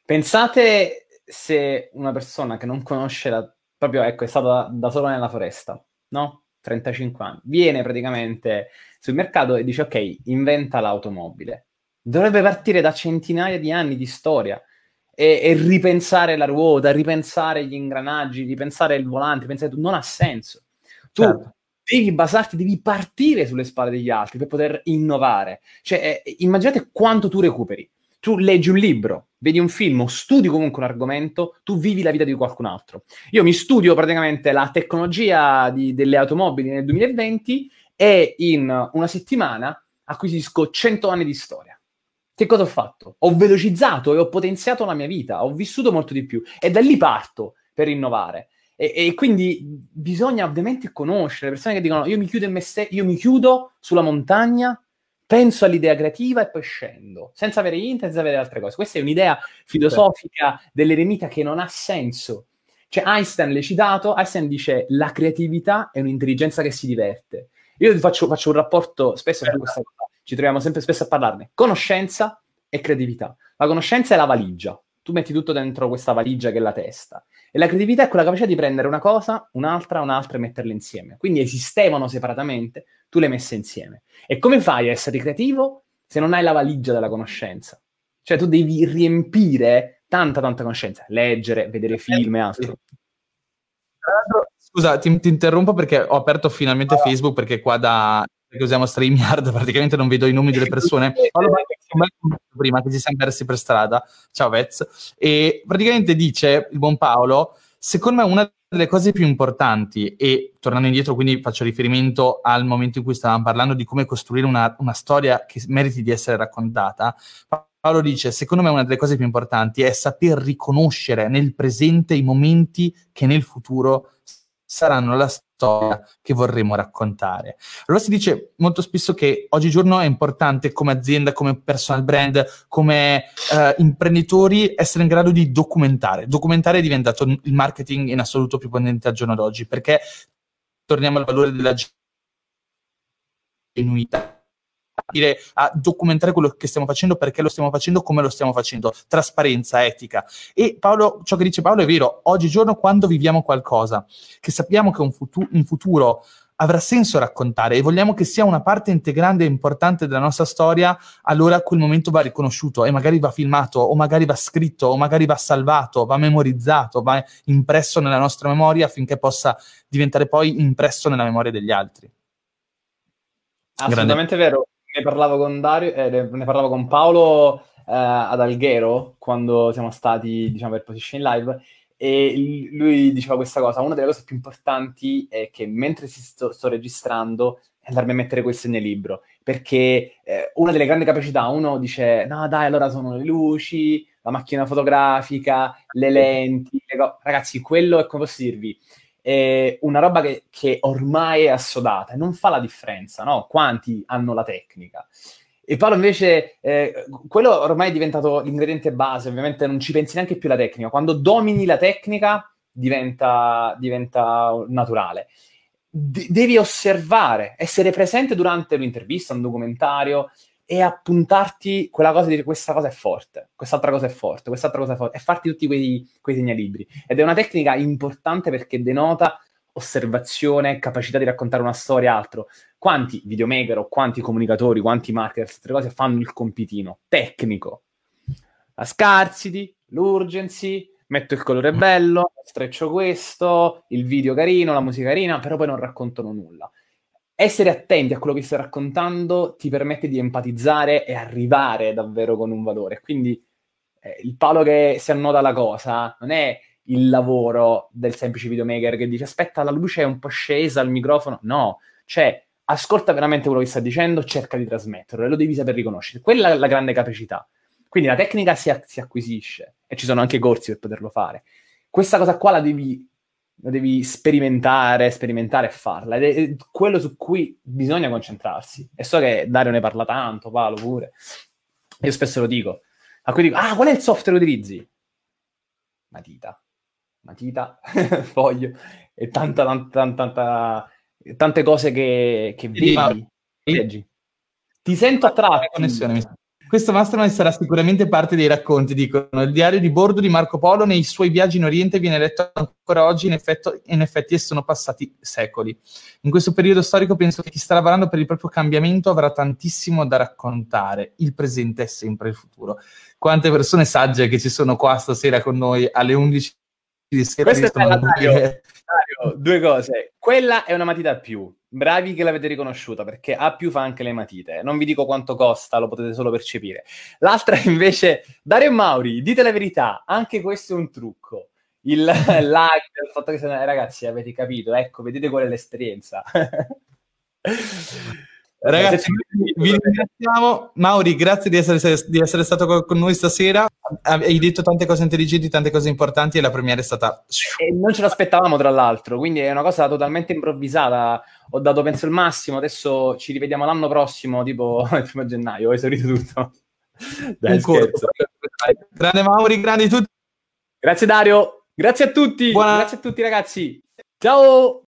Pensate se una persona che non conosce la, proprio ecco è stata da, da solo nella foresta, no? trentacinque anni, viene praticamente sul mercato e dice ok, inventa l'automobile. Dovrebbe partire da centinaia di anni di storia e, e ripensare la ruota, ripensare gli ingranaggi, ripensare il volante, pensare, non ha senso. Tu certo. devi basarti, devi partire sulle spalle degli altri per poter innovare. Cioè, eh, immaginate quanto tu recuperi. Tu leggi un libro, vedi un film o studi comunque un argomento, tu vivi la vita di qualcun altro. Io mi studio praticamente la tecnologia di, delle automobili nel duemilaventi e in una settimana acquisisco cento anni di storia. Che cosa ho fatto? Ho velocizzato e ho potenziato la mia vita, ho vissuto molto di più e da lì parto per innovare. E, e quindi bisogna ovviamente conoscere le persone che dicono io mi chiudo in me stesso, io mi chiudo sulla montagna, penso all'idea creativa e poi scendo, senza avere internet, senza avere altre cose. Questa è un'idea filosofica dell'eremita che non ha senso. Cioè Einstein l'hai citato, Einstein dice la creatività è un'intelligenza che si diverte. Io faccio, faccio un rapporto spesso su questa cosa. Ci troviamo sempre spesso a parlarne. Conoscenza e creatività. La conoscenza è la valigia. Tu metti tutto dentro questa valigia che è la testa. E la creatività è quella capacità di prendere una cosa, un'altra, un'altra e metterle insieme. Quindi esistevano separatamente, tu le hai messe insieme. E come fai a essere creativo se non hai la valigia della conoscenza? Cioè tu devi riempire tanta, tanta conoscenza. Leggere, vedere film e altro. Scusa, ti, ti interrompo perché ho aperto finalmente ah. Facebook perché qua da... che usiamo StreamYard, praticamente non vedo i nomi delle persone. Prima che ci siamo persi per strada, ciao Vez, e praticamente dice il buon Paolo, secondo me una delle cose più importanti, e tornando indietro quindi faccio riferimento al momento in cui stavamo parlando di come costruire una, una storia che meriti di essere raccontata, Paolo dice, secondo me una delle cose più importanti è saper riconoscere nel presente i momenti che nel futuro saranno la storia che vorremmo raccontare. Allora si dice molto spesso che oggigiorno è importante come azienda, come personal brand, come eh, imprenditori essere in grado di documentare. Documentare è diventato il marketing in assoluto più potente al giorno d'oggi, perché torniamo al valore della genuinità. A documentare quello che stiamo facendo, perché lo stiamo facendo, come lo stiamo facendo, trasparenza, etica. E Paolo, ciò che dice Paolo è vero, oggigiorno quando viviamo qualcosa che sappiamo che un futuro, in futuro avrà senso raccontare e vogliamo che sia una parte integrante e importante della nostra storia, allora quel momento va riconosciuto e magari va filmato o magari va scritto o magari va salvato, va memorizzato, va impresso nella nostra memoria affinché possa diventare poi impresso nella memoria degli altri. Assolutamente Grande. Vero. Ne parlavo con Dario, eh, ne parlavo con Paolo ad Alghero quando siamo stati, diciamo, per Position Live, e lui diceva questa cosa: una delle cose più importanti è che mentre si sto, sto registrando andarmi a mettere quel segnalibro, perché eh, una delle grandi capacità, uno dice no dai, allora sono le luci, la macchina fotografica, le lenti, le co- ragazzi, quello è, come posso dirvi, è una roba che, che ormai è assodata e non fa la differenza, no? Quanti hanno la tecnica? E Paolo invece, eh, quello ormai è diventato l'ingrediente base, ovviamente non ci pensi neanche più alla tecnica. Quando domini la tecnica diventa, diventa naturale. D- devi osservare, essere presente durante un'intervista, un documentario, e appuntarti quella cosa di dire questa cosa è forte, quest'altra cosa è forte, quest'altra cosa è forte, e farti tutti quei, quei segnalibri. Ed è una tecnica importante perché denota osservazione, capacità di raccontare una storia, altro. Quanti videomaker o quanti comunicatori, quanti marketer, queste cose fanno il compitino tecnico? La scarcity, l'urgency, metto il colore bello, streccio questo, il video carino, la musica carina, però poi non raccontano nulla. Essere attenti a quello che stai raccontando ti permette di empatizzare e arrivare davvero con un valore. Quindi eh, il palo che si annoda alla cosa non è il lavoro del semplice videomaker che dice aspetta, la luce è un po' scesa, il microfono, no, cioè ascolta veramente quello che sta dicendo, cerca di trasmetterlo e lo devi saper riconoscere. Quella è la grande capacità. Quindi la tecnica si, si acquisisce e ci sono anche corsi per poterlo fare. Questa cosa qua la devi, la devi sperimentare, sperimentare e farla, ed è quello su cui bisogna concentrarsi. E so che Dario ne parla tanto, Paolo pure, io spesso lo dico. A cui dico, ah, qual è il software che utilizzi? Matita. Matita, foglio e tanta, tanta, tanta, tanta, tante cose che, che vedi, leggi. Ti sento attratto. Questo mastermind sarà sicuramente parte dei racconti, dicono. Il diario di bordo di Marco Polo nei suoi viaggi in Oriente viene letto ancora oggi, in, effetto, in effetti sono passati secoli. In questo periodo storico penso che chi sta lavorando per il proprio cambiamento avrà tantissimo da raccontare. Il presente è sempre il futuro. Quante persone sagge che ci sono qua stasera con noi alle undici di sera. Questa è bella, Dario. Dario, due cose. Quella è una matita a più. Bravi che l'avete riconosciuta, perché A più fa anche le matite. Non vi dico quanto costa, lo potete solo percepire. L'altra invece, Dario e Mauri, dite la verità, anche questo è un trucco. Il like, il fatto che siete, ragazzi, avete capito, ecco, vedete qual è l'esperienza. Ragazzi, vi ringraziamo. Mauri, grazie di essere, di essere stato con noi stasera. Hai detto tante cose intelligenti, tante cose importanti e la premiere è stata... E non ce l'aspettavamo, tra l'altro, quindi è una cosa totalmente improvvisata. Ho dato, penso, il massimo. Adesso ci rivediamo l'anno prossimo, tipo il primo gennaio. Ho esaurito tutto. Dai, scherzo. Grande Mauri, grandi tutti. Grazie Dario, grazie a tutti. Buona... Grazie a tutti ragazzi. Ciao!